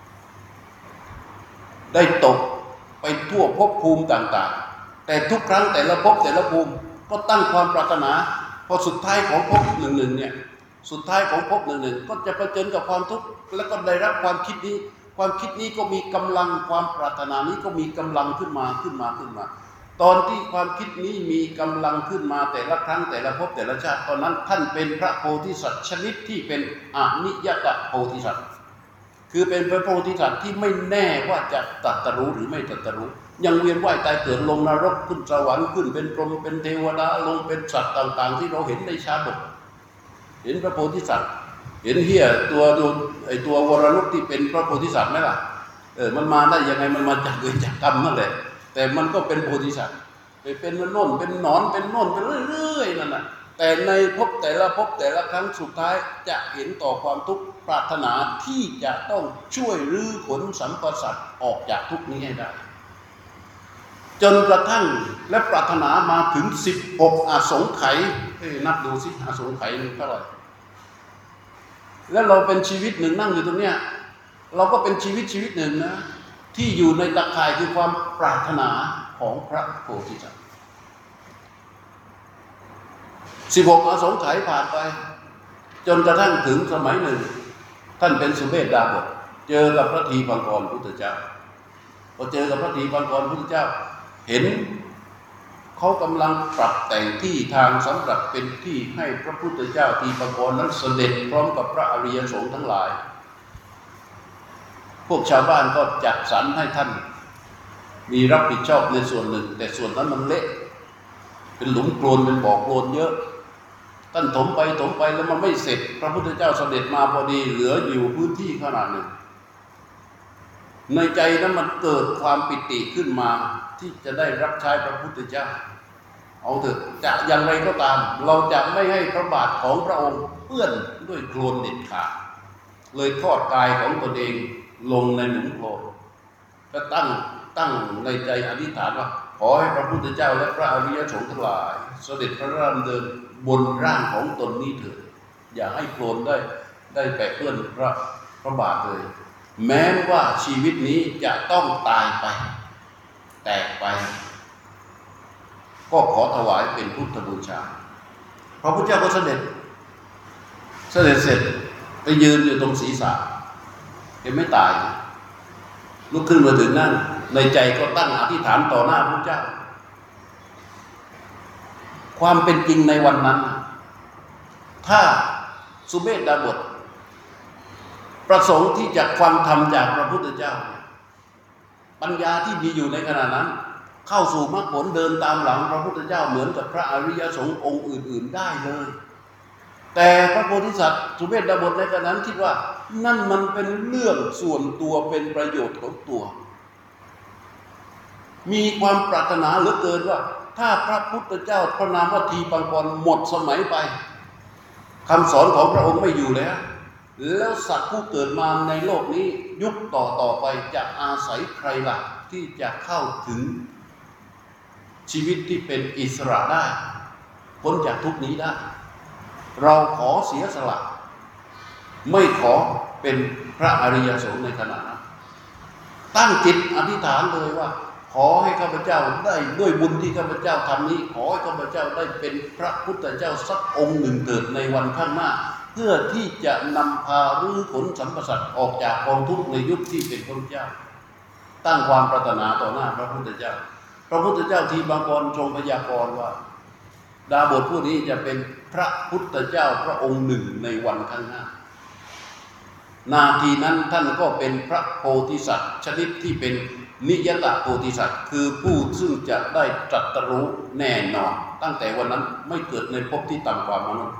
ได้ตกไปทั่วภพภูมิต่างๆแต่ทุกครั้งแต่ละภพแต่ละภูมิก็ตั้งความปรารถนาพอสุดท้ายของภพหนึ่งหนึ่งเนี่ยสุดท้ายของภพหนึ่งหนึ่งก็จะเผชิญกับความทุกข์แล้วก็ได้รับความคิดนี้ความคิดนี้ก็มีกำลังความปรารถนานี้ก็มีกำลังขึ้นมาขึ้นมาขึ้นมาตอนที่ความคิดนี้มีกำลังขึ้นมาแต่ละครั้งแต่ละภพแต่ละชาติตอนนั้นท่านเป็นพระโพธิสัตว์ชนิดที่เป็นอนิยตโพธิสัตว์คือเป็นพระโพธิสัตว์ที่ไม่แน่ว่าจะตรัสรู้หรือไม่ตรัสรู้ยังเวียนว่ายตายเกิดลงนรกขึ้นสวรรค์ขึ้นเป็นพรหมเป็นเทวดาลงเป็นสัตว์ต่างๆที่เราเห็นในชาดกเห็นพระโพธิสัตว์เห็นเหี้ยตัวตัวไอตัววรนุชที่เป็นพระโพธิสัตว์ไหมล่ะเออมันมาได้ยังไงมันมาจากเวรจากกรรมนั่นแหละแต่มันก็เป็นโพธิสัตว์ไปเป็นโน่นเป็นหนอนเป็นโน่นเป็นเรื่อยๆนั่นแหละแต่ในภพแต่ละภพแต่ละครั้งสุดท้ายจะเห็นต่อความทุกข์ปรารถนาที่จะต้องช่วยรื้อขนสรรพสัตว์ออกจากทุกข์นี้ให้ได้จนกระทั่งและปรารถนามาถึงสิบหกอสงไขยเอ้ยนับดูสิอสงไขยเท่าไหร่แล้วเราเป็นชีวิตหนึ่งนั่งอยู่ตรงเนี้ยเราก็เป็นชีวิตชีวิตหนึ่งนะที่อยู่ในตะข่ายคือความปรารถนาของพระโพธิสัตว์สิบหกอสงไขยผ่านไปจนกระทั่งถึงสมัยหนึ่งท่านเป็นสุเมธดาบทเจอกับพระทีปังกรพุทธเจ้าพอเจอกับพระทีปังกรพุทธเจ้าเห็นเขากำลังปรับแต่งที่ทางสำหรับเป็นที่ให้พระพุทธเจ้าทีปังกรนั้นเสด็จพร้อมกับพระอริยสงฆ์ทั้งหลายพวกชาวบ้านก็จัดสรรให้ท่านมีรับผิดชอบในส่วนหนึ่งแต่ส่วนนั้นมันเละเป็นหลุมโคลนเป็นบ่อโคลนเยอะท่านถมไปถมไปแล้วมันไม่เสร็จพระพุทธเจ้าเสด็จมาพอดีเหลืออยู่พื้นที่ขนาดหนึ่งในใจนั้นมันเกิดความปิติขึ้นมาที่จะได้รับใช้พระพุทธเจ้าเอาเถอะจะอย่างไรก็ตามเราจะไม่ให้พระบาทของพระองค์เปื้อนด้วยโคลนเด็ดขาดเลยทอดกายของตนเองลงในหลุมโคลนก็ตั้งตั้งในใจอธิษฐานว่าขอให้พระพุทธเจ้าและพระอริยสงฆ์ทั้งหลายเสด็จพระราชดำเนินบนร่างของตนนี้เถิดอย่าให้โคลนได้ได้แปะเปื้อนพระพระบาทเลยแม้ว่าชีวิตนี้จะต้องตายไปแตกไปก็ขอถวายเป็นพุทธบูชาพระพุทธเจ้าก็เสด็จเสด็จเสร็จไปยืนอยู่ตรงศีรษะยังไม่ตายลุกขึ้นมาถึงนั่งในใจก็ตั้งอธิษฐานต่อหน้าพระพุทธเจ้าความเป็นจริงในวันนั้นถ้าสุเมธดาบทประสงค์ที่จะฟังธรรมจากพระพุทธเจ้าปัญญาที่มีอยู่ในขณะนั้นเข้าสู่มรรคผลเดินตามหลังพระพุทธเจ้าเหมือนกับพระอริยสงฆ์องค์อื่นๆได้เลยแต่พระโพธิสัตว์สุเมธดาบทในขณะนั้นคิดว่านั่นมันเป็นเรื่องส่วนตัวเป็นประโยชน์ของตัวมีความปรารถนาเหลือเกินว่าถ้าพระพุทธเจ้าพระนามว่าทีปังกรหมดสมัยไปคำสอนของพระองค์ไม่อยู่แล้วแล้วสัตว์ผู้เกิดมาในโลกนี้ยุคต่อต่อไปจะอาศัยใครล่ะที่จะเข้าถึงชีวิตที่เป็นอิสระได้พ้นจากทุกข์นี้ได้เราขอเสียสละไม่ขอเป็นพระอริยสงฆ์ในขณะนั้นตั้งจิตอธิษฐานเลยว่าขอให้ข้าพเจ้าได้ด้วยบุญที่ข้าพเจ้าทำนี้ขอให้ข้าพเจ้าได้เป็นพระพุทธเจ้าสักองค์หนึ่งเกิดในวันข้างหน้าเพื่อที่จะนำพารื้อขนสัมปสัตว์ออกจากกองทุกข์ในยุคที่เป็นพระพุทธเจ้าตั้งความปรารถนาต่อหน้าพระพุทธเจ้าพระพุทธเจ้าทีบางกรทรงพยากรณ์ว่าดาบทผู้นี้จะเป็นพระพุทธเจ้าพระองค์หนึ่งในวันข้างหน้านาทีนั้นท่านก็เป็นพระโพธิสัตว์ชนิดที่เป็นนิยตโพธิสัตว์คือผู้ซึ่งจะได้ตรัสรู้แน่นอนตั้งแต่วันนั้นไม่เกิดในภพที่ต่ำกว่ามนุษย์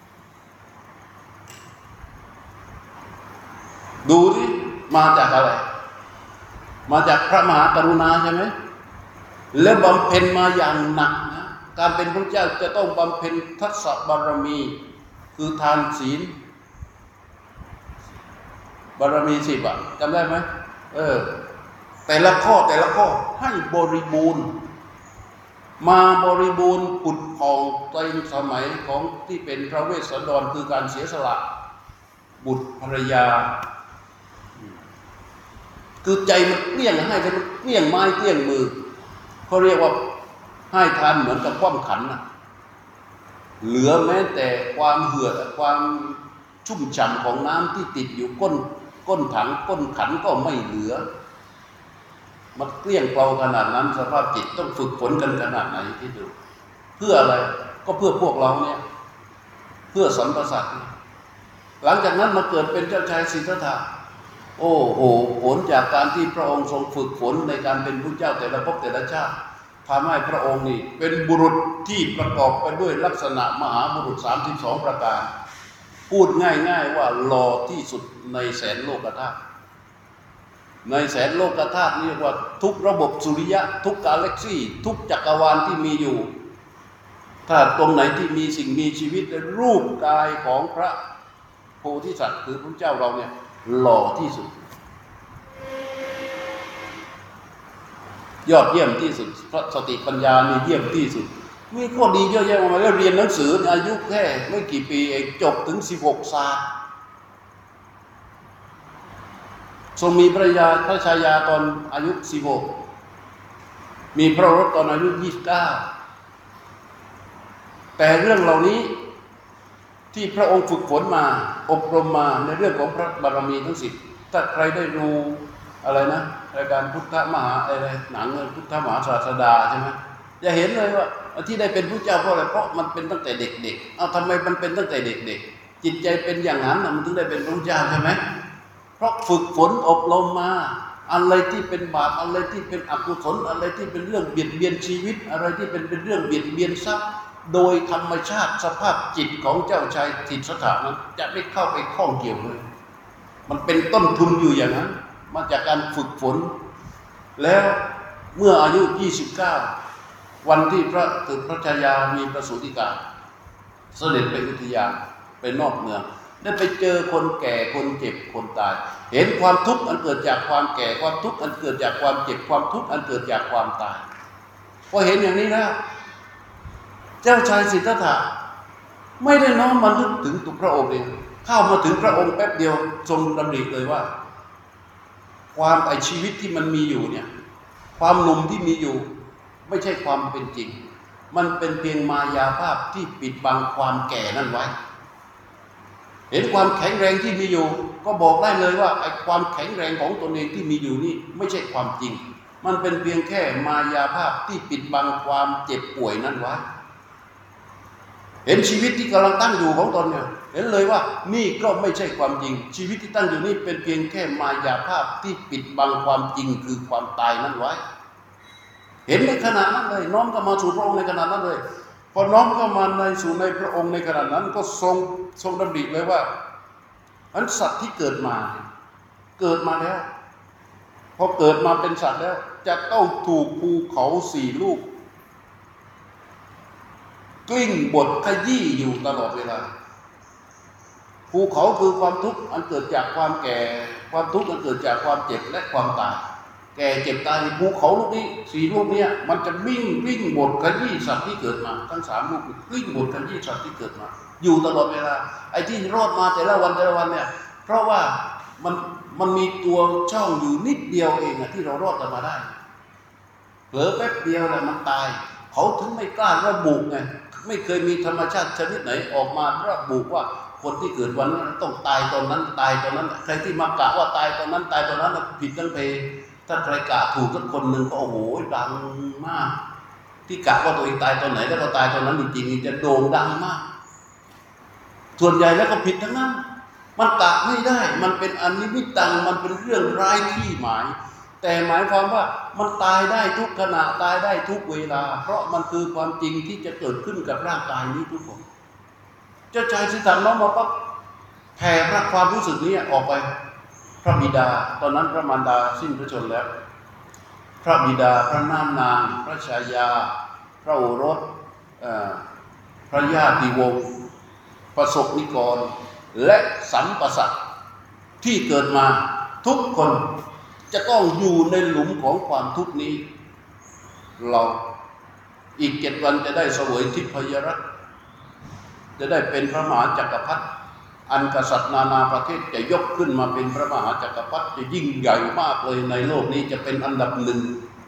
ดูดิมาจากอะไรมาจากพระมหากรุณาใช่ไหมและบำเพ็ญมาอย่างหนักนะการเป็นพระเจ้าจะต้องบำเพ็ญทัศบารมีคือทานศีลบารมีสิบอ่ะจำได้ไหมเออแต่ละข้อแต่ละข้อให้บริบูรณ์มาบริบูรณ์ผุดผ่องในสมัยของที่เป็นพระเวสสันดรคือการเสียสละบุตรภรรยาคือใจมันเกลี้ยงให้ใจมันเกลี้ยงไม้เกลี้ยงมือเขาเรียกว่าให้ทานเหมือนกับคว่ำขันนะเหลือแม้แต่ความเหือดความชุ่มฉ่ำของน้ำที่ติดอยู่ก้นก้นถังก้นขันก็ไม่เหลือมันเกลี้ยงเกลาขนาดนั้นสภาพจิตต้องฝึกฝนกันขนาดไหนที่ดูเพื่ออะไรก็เพื่อพวกเราเนี่ยเพื่อสัมปสัตหลังจากนั้นมาเกิดเป็นเจ้าชายสิทธัตถะโอ้โหผลจากการที่พระองค์ทรงฝึกฝนในการเป็นพระเจ้าแต่ละภพแต่ละชาติทำให้พระองค์นี่เป็นบุรุษที่ประกอบไปด้วยลักษณะมหาบุรุษสามสิบสองประการพูดง่ายๆว่าหล่อที่สุดในแสนโลกธาตุในแสนโลกธาตุเรียกว่าทุกระบบสุริยะทุกกาแล็กซี่ทุกจักรวาลที่มีอยู่ถ้าตรงไหนที่มีสิ่งมีชีวิตรูปกายของพระโพธิสัตว์คือพระเจ้าเราเนี่ยหล่อที่สุดยอดเยี่ยมที่สุดพระสติปัญญามีเยี่ยมที่สุดมีข้อดีเยอะแยะมากมายแล้วเรียนหนังสืออายุแค่ไม่กี่ปีเองจบถึงสิบหกศาสตร์ทรงมีภรรยาพระชายาตอนอายุสิบหกมีพระโอรสตอนอายุยี่สิบเก้าแต่เรื่องเหล่านี้ที่พระองค์ฝึกฝนมาอบรมมาในเรื่องของพระบารมีทั้งสิบถ้าใครได้ดูอะไรนะรายการพุทธมหาอะไรหนังพุทธมหาศาสดาใช่ไหมจะเห็นเลยว่าที่ได้เป็นพระเจ้าเพราะอะไรเพราะมันเป็นตั้งแต่เด็กๆเอาทำไมมันเป็นตั้งแต่เด็กๆจิตใจเป็นอย่างนั้นมันถึงได้เป็นพระเจ้าใช่ไหมเพราะฝึกฝนอบรมมาอะไรที่เป็นบาปอะไรที่เป็นอกุศลอะไรที่เป็นเรื่องเบียดเบียนชีวิตอะไรที่เป็นเป็นเรื่องเบียดเบียนทรัพย์โดยธรรมชาติสภาพจิตของเจ้าชายสิทธัตถะนั้นจะไม่เข้าไปข้องเกี่ยวเลยมันเป็นต้นทุนอยู่อย่างนั้นมาจากการฝึกฝนแล้วเมื่ออายุยี่สิบเก้าวันที่พระตึกพระชายามีประสูติการเสด็จไปอุทยานไปนอกเมืองได้ไปเจอคนแก่คนเจ็บคนตายเห็นความทุกข์อันเกิดจากความแก่ความทุกข์อันเกิดจากความเจ็บความทุกข์อันเกิดจากความตายพอเห็นอย่างนี้แล้วเจ้าชายสิทธัตถะไม่ได้น้อมมานึกถึงตัวพระองค์เองเข้ามาถึงพระองค์แป๊บเดียวทรงดำริเลยว่าความไอชีวิตที่มันมีอยู่เนี่ยความหนุ่มที่มีอยู่ไม่ใช่ความเป็นจริงมันเป็นเพียงมายาภาพที่ปิดบังความแก่นั่นไว้เห็นความแข็งแรงที่มีอยู่ก็บอกได้เลยว่าไอ้ความแข็งแรงของตนเองที่มีอยู่นี่ไม่ใช่ความจริงมันเป็นเพียงแค่มายาภาพที่ปิดบังความเจ็บป่วยนั้นไว้เห็นชีวิตที่กำลังตั้งอยู่ของตนเนี่ยเห็นเลยว่านี่ก็ไม่ใช่ความจริงชีวิตที่ตั้งอยู่นี่เป็นเพียงแค่มายาภาพที่ปิดบังความจริงคือความตายนั้นไว้เห็นในขณะนั้นเลยน้อมเข้ามาสู่พระองค์ในขณะนั้นเลยพอน้อมเข้ามาในสู่ในพระองค์ในขณะนั้นก็ทรงทรงดำริเลยว่าอันสัตว์ที่เกิดมาเกิดมาแล้วพอเกิดมาเป็นสัตว์แล้วจะต้องถูกภูเขาสี่ลูกกลิ้งบดขยี้อยู่ตลอดเวลาภูเขาคือความทุกข์อันเกิดจากความแก่ความทุกข์อันเกิดจากความเจ็บและความตายแก่เจ็บตายภูเขาลูกนี้สี่ลูกนี้มันจะวิ่งวิ่งบดขยี้สัตว์ที่เกิดมาทั้งสามลูกวิ่งบดขยี้สัตว์ที่เกิดมาอยู่ตลอดเวลาไอ้ที่รอดมาแต่ละวันแต่ละวันเนี่ยเพราะว่ามันมันมีตัวช่องอยู่นิดเดียวเองอะที่เรารอดกันมาได้เผลอแป๊บเดียวแหละมันตายเขาถึงไม่กล้าระบุไงไม่เคยมีธรรมชาติชนิดไหนออกมาระบุว่าคนที่เกิดวันนั้นต้องตายตอนนั้นตายตอนนั้นใครที่มากะว่าตายตอนนั้นตายตอนนั้นผิดทั้งเพถ้าใครกะถูกสักคนหนึ่งก็โอ้โหดังมากที่กะว่าตัวเองตายตอนไหนแล้วก็ตายตอนนั้นจริงๆจะโด่งดังมากส่วนใหญ่แล้วก็ผิดทั้งนั้นมันกะไม่ได้มันเป็นอนิมิตตังมันเป็นเรื่องไร้ที่หมายแต่หมายความว่ามันตายได้ทุกขณะตายได้ทุกเวลาเพราะมันคือความจริงที่จะเกิดขึ้นกับร่างกายนี้ทุกคนเจ้าชายสิทธัตถะน้อมมาปั๊บแผ่พระความรู้สึกนี้ออกไปพระบิดาตอนนั้นพระมารดาสิ้นพระชนม์แล้วพระบิดาพระนามนางพระชายาพระโอรสพระญาติวงศ์ประสบนิกรและสัมปสัตที่เกิดมาทุกคนจะต้องอยู่ในหลุมของความทุกข์นี้เราอีกเจ็ดวันจะได้เสวยทิพยรัตน์จะได้เป็นพระมหาจักรพรรดิอันกษัตริย์นานาประเทศจะยกขึ้นมาเป็นพระมหาจักรพรรดิจะยิ่งใหญ่มากเลยในโลกนี้จะเป็นอันดับหนึ่ง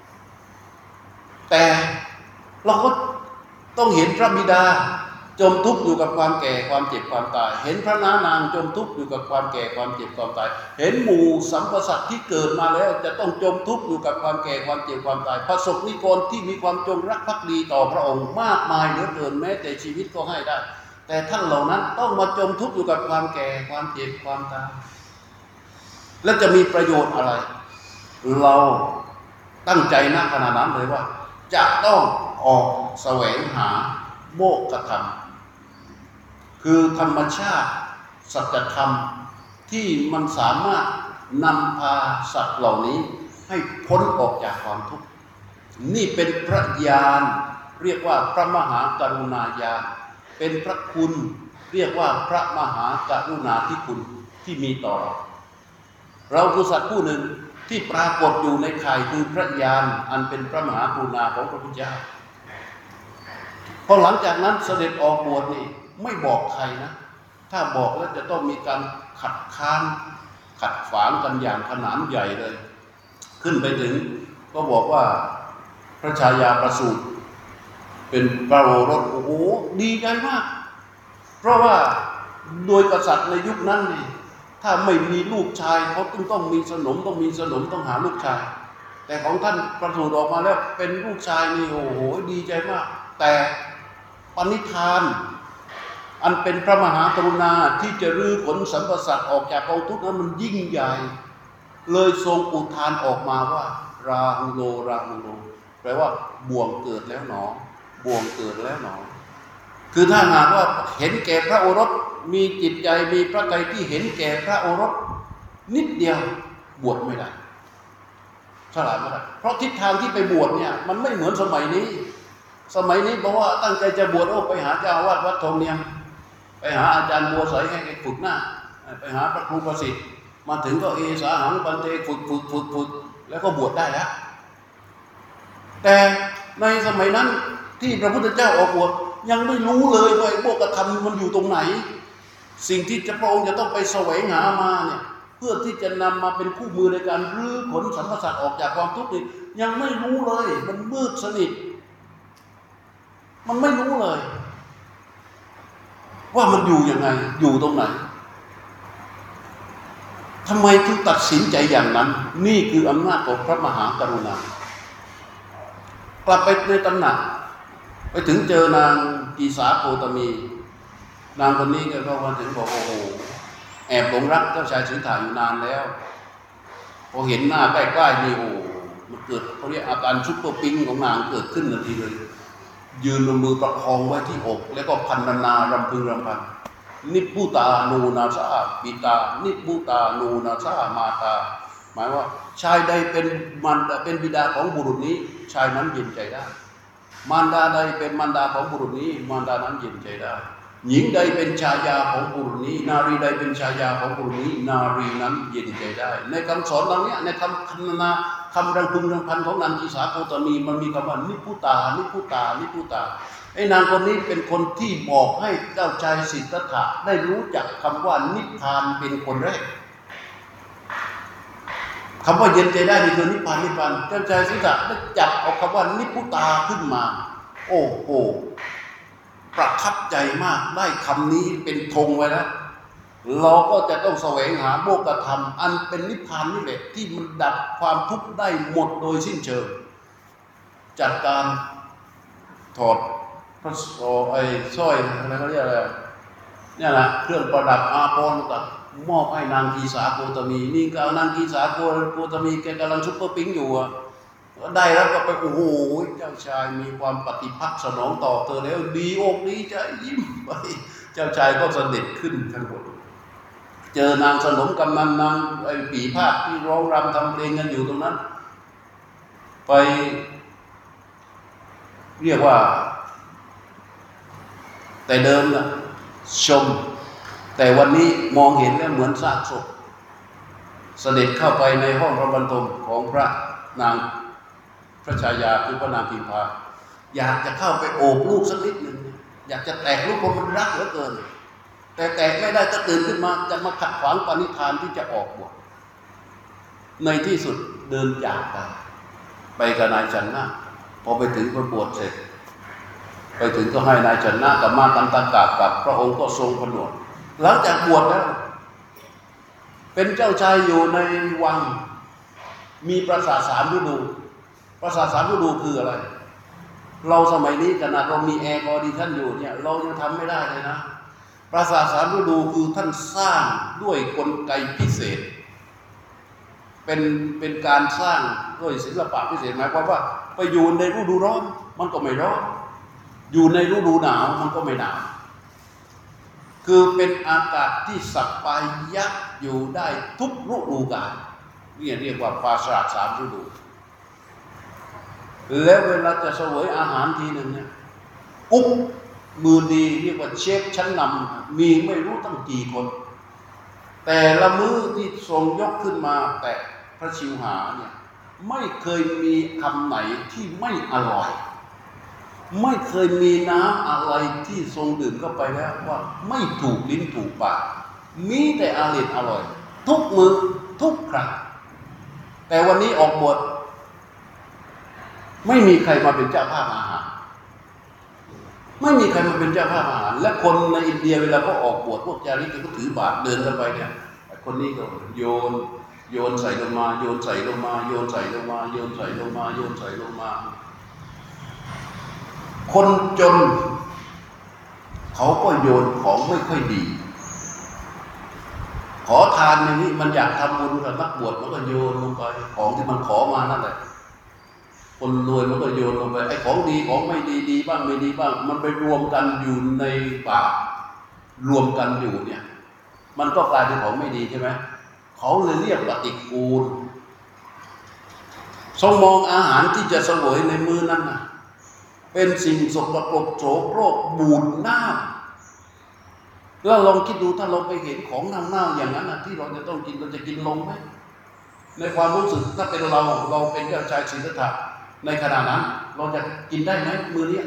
แต่เราก็ต้องเห็นพระบิดาจมทุกข์อยู่กับความแก่ความเจ็บความตายเห็นพระนานางจมทุกข์อยู่กับความแก่ความเจ็บความตายเห็นหมู่สัมปสัตที่เกิดมาแล้วจะต้องจมทุกข์อยู่กับความแก่ความเจ็บความตายประสบนิกรที่มีความจงรักภักดีต่อพระองค์มากมายเหลือเกินแม้แต่ชีวิตก็ให้ได้แต่ท่านเหล่านั้นต้องมาจมทุกข์อยู่กับความแก่ความเจ็บความตายแล้วจะมีประโยชน์อะไรเราตั้งใจณขณะนั้นเลยว่าจะต้องออกแสวงหาโมกขธรรมคือธรรมชาติสัจธรรมที่มันสามารถนำพาสัตว์เหล่านี้ให้พ้นออกจากความทุกข์นี่เป็นพระญาณเรียกว่าพระมหากรุณาญาณเป็นพระคุณเรียกว่าพระมหากรุณาธิคุณที่มีต่อเราเราคือสัตว์ผู้หนึ่งที่ปรากฏอยู่ในข่ายคือพระญาณอันเป็นพระมหากรุณาของพระพุทธเจ้าพอหลังจากนั้นเสด็จออกบวชนี่ไม่บอกใครนะถ้าบอกแล้วจะต้องมีการขัดค้านขัดฝางกันอย่างขนาดใหญ่เลยขึ้นไปถึงก็บอกว่าพระชายาประสูติเป็นพระโอรสโอ้โหดีใจมากเพราะว่าโดยกษัตริย์ในยุคนั้นนี่ถ้าไม่มีลูกชายเขาต้องต้องมีสนมต้องมีสนมต้องหาลูกชายแต่ของท่านประสูติออกมาแล้วเป็นลูกชายนี่โอ้โหดีใจมากแต่ปณิธานอันเป็นพระมหากรุณาที่จะรื้อขนสัมปสัตออกจากกองทุกข์นั้นมันยิ่งใหญ่เลยทรงอุทานออกมาว่าราหุโลราหุโลแปลว่าบ่วงเกิดแล้วหนอบ่วงเกิดแล้วหนอคือถ้าหากว่าเห็นแก่พระโอรสมีจิตใจมีพระทัยที่เห็นแก่พระโอรสนิดเดียวบวชไม่ได้ฉลาดไม่ได้เพราะทิศทางที่ไปบวชเนี่ยมันไม่เหมือนสมัยนี้สมัยนี้บอกว่าตั้งใจจะบวชโอ้ไปหาเจ้าอาวาสวัดทองเนียมไปหาอาจารย์บัวใสให้แกฝึกหน้าไปหาพระครูประสิทธิ์มาถึงก็เอสาหังปันเตฝึกฝึกฝึกฝึกแล้วก็บวชได้แล้วแต่ในสมัยนั้นที่พระพุทธเจ้าออกบวชยังไม่รู้เลยว่าโมกขธรรมมันอยู่ตรงไหนสิ่งที่จะพระองค์จะต้องไปแสวงหามาเนี่ยเพื่อที่จะนำมาเป็นคู่มือในการรื้อขนสัมปสัตออกจากความทุกข์นี่ยังไม่รู้เลยมันมืดสนิทมันไม่รู้เลย ว่ามันอยู่ยังไงอยู่ตรงไหนทำไมถึงตัดสินใจอย่างนั้นนี่คืออำนาจของพระมหากรุณากลับไปในตำหนักไปถึงเจอนางกีสาโคตมีนางคนนี้ก็มาถึงบอกโอ้โหแอบหลงรักเจ้าชายสิทธัตถะอยู่นานแล้วพอเห็นหน้าใกล้ๆนี่โอ้มันเกิดเขาเรียกอาการซุปเปอร์ปิ๊งของนางเกิดขึ้นทันทีเลยยืนมือประคองไว้ที่อกแล้วก็พันนารำพึงรำพันนิพพุตานูนาซาปิตานิพพุตานูนาซามาตาหมายว่าชายใดเป็นมันเป็นบิดาของบุรุษนี้ชายนั้นเย็นใจได้มารดาใดเป็นมารดาของบุรุษนี้มารดานั้นเย็นใจได้หญิงใดเป็นชายาของบุรุษนี้นารีใดเป็นชายาของบุรุษนี้นารีนั้นเย็นใจได้ในคำสอนเหล่านี้ในคำพันนาคำรำพึงรำพันของนางกีสาโคตมีมันมีคำว่านิพพุตานิพพุตานิพพุตาไอ้นางคนนี้เป็นคนที่บอกให้เจ้าชายสิทธัตถะได้รู้จักคำว่านิพพานเป็นคนแรกคำว่าเย็นใจได้นี่คือนิพพานนิพพานเจ้าชายสิทธัตถะได้จับเอาคำว่านิพพุตาขึ้นมาโอ้โหประทับใจมากได้คำนี้เป็นธงไว้แล้วเราก็จะต้องแสวงหาโมกขธรรมอันเป็นนิพพานนี่แหละที่มันดับความทุกข์ได้หมดโดยสิ้นเชิงจัดการถอดพระโอไอ้สร้อยอะไรเขาเรียกอะไรเนี่ยนะเครื่องประดับอาภรณ์ต่างมอบให้นางกีสาโคตมีนี่ก็นางกีสาโคตมีแกกำลังซุปเปอร์ปิ๊งอยู่อ่ะได้แล้วก็ไปโอ้โหเจ้าชายมีความปฏิภาคสนองต่อเธอแล้วดีอกดีใจยิ้มไปเจ้าชายก็เสด็จขึ้นข้างบนเจอนางสนมกำนันนางไอ้ปีพาดที่ร้องรำทำเพลงกันอยู่ตรงนั้นไปเรียกว่าแต่เดิมนะชมแต่วันนี้มองเห็นแล้วเหมือนซากศพเสด็จเข้าไปในห้องพระบรรทมของพระนางพระชายาคือพระนางพิมพาอยากจะเข้าไปโอบลูกสักนิดหนึ่งอยากจะแตะลูกเพราะมันรักเหลือเกินแต่แตะไม่ได้ก็ตื่นขึ้นมาจะมาขัดขวางปณิธานที่จะออกบวชในที่สุดเดินจากไปไปกับนายชันนะพอไปถึงพระบวชเสร็จไปถึงก็ให้นายชันนะกับมาตันตากากับพระองค์ก็ทรงผนวดหลังจากบวชแล้วเป็นเจ้าชายอยู่ในวังมีปราสาทสามฤดูปราสาทสามฤดูคืออะไรเราสมัยนี้ขนาดเรามีแอร์คอนดิชันอยู่เนี่ยเรายังทำไม่ได้เลยนะปราสาทสามฤดูคือท่านสร้างด้วยกลไกพิเศษเป็นเป็นการสร้างด้วยศิลปะพิเศษหมายความว่าไปอยู่ในฤดูร้อนมันก็ไม่ร้อนอยู่ในฤดูหนาวมันก็ไม่หนาวคือเป็นอากาศที่สัปปายะอยู่ได้ทุกฤดูกาลนี่เรียกว่าปราสาทสามฤดูแล้วเวลาจะเสวยอาหารทีหนึ่งเนี่ยกุ๊กมือดีเรียกว่าเชฟชั้นนำมีไม่รู้ตั้งกี่คนแต่ละมื้อที่ทรงยกขึ้นมาแต่พระชิวหาเนี่ยไม่เคยมีคำไหนที่ไม่อร่อยไม่เคยมีน้ำอะไรที่ทรงดื่มเข้าไปแล้วว่าไม่ถูกลิ้นถูกปากมีแต่อร่อยอร่อยทุกมื้อทุกครั้งแต่วันนี้ออกบวชไม่มีใครมาเป็นเจ้าภาพอาหารไม่มีใครมาเป็นเจ้าภาพอาหารและคนในอินเดียเวลาเขาออกบวชพวกจารีตก็ถือบาตรเดินกันไปเนี่ยคนนี้ก็โยนโยนใส่ลงมาโยนใส่ลงมาโยนใส่ลงมาโยนใส่ลงมาโยนใส่ลงมาคนจนเขาก็โยนของไม่ค่อยดีขอทานอย่างนี้มันอยากทำบุญกับนักบวชมันก็โยนลงไปของที่มันขอมานั่นแหละคนรวยมันก็โยนลงไปไอ้ของดีของไม่ดีดีบ้างไม่ดีบ้างมันไปรวมกันอยู่ในบาตรรวมกันอยู่เนี่ยมันก็กลายเป็นของไม่ดีใช่ไหมเขาเลยเรียกปฏิกูลทรงมองอาหารที่จะเสวยในมื้อนั้นนะเป็นสิ่งสกปรกโสโครกบูดหน้าแล้วลองคิดดูถ้าเราไปเห็นของเน่าๆอย่างนั้นนะที่เราจะต้องกินเราจะกินลงไหมในความรู้สึกถ้าเป็นเราเราเป็นเจ้าชายสิทธัตถะในขณะนั้นเราจะกินได้ไหมมื้อนี้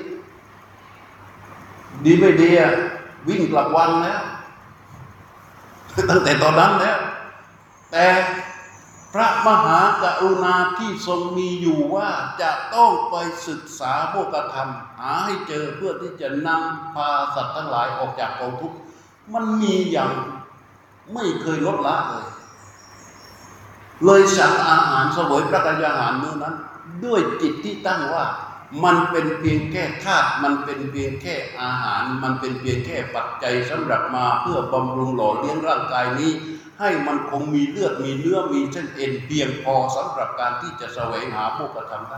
ดีไม่ดีอ่ะวิ่งกลับวังแล้วตั้งแต่ตอนนั้นแล้วแต่พระมหากรุณาที่ทรงมีอยู่ว่าจะต้องไปศึกษาโมกขธรรมหาให้เจอเพื่อที่จะนำพาสัตว์ทั้งหลายออกจากกองทุกข์มันมีอย่างไม่เคยลดละเลยเลยฉันอาหารเสวยพระกยาหารมื้อนั้นด้วยจิตที่ตั้งว่ามันเป็นเพียงแค่ธาตุมันเป็นเพียงแค่อาหารมันเป็นเพียงแค่ปัจจัยสำหรับมาเพื่อบำรุงหล่อเลี้ยงร่างกายนี้ให้มันคงมีเลือดมีเนื้อมีเส้นเอ็นเพียงพอสำหรับการที่จะแสวงหาโมกขธรรมได้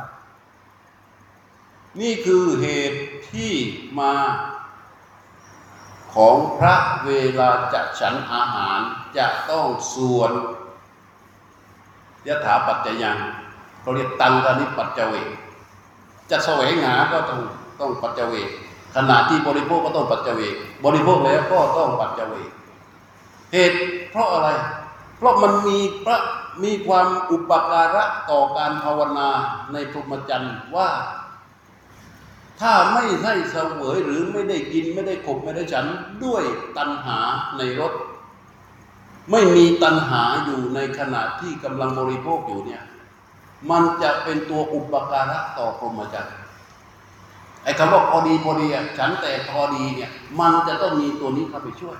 นี่คือเหตุที่มาของพระเวลาจะฉันอาหารจะต้องส่วนยถาปัจจยังเขาเรียกตังกนิปัจจเวกจะแสวงหาก็ต้องต้องปัจจเวกขณะที่บริโภคก็ต้องปัจจเวกบริโภคแล้วก็ต้องปัจจเวกเหตุเพราะอะไรเพราะมันมีพระมีความอุปการะต่อการภาวนาในพรหมจรรย์ว่าถ้าไม่ได้เสวยหรือไม่ได้กินไม่ได้ขบไม่ได้ฉันด้วยตัณหาในรสไม่มีตัณหาอยู่ในขณะที่กำลังบริโภคอยู่เนี่ยมันจะเป็นตัวอุปการะต่อพรหมจรรย์ไอ้คำว่าพอดีพอดีอ่ะฉันแต่พอดีเนี่ยมันจะต้องมีตัวนี้เข้าไปช่วย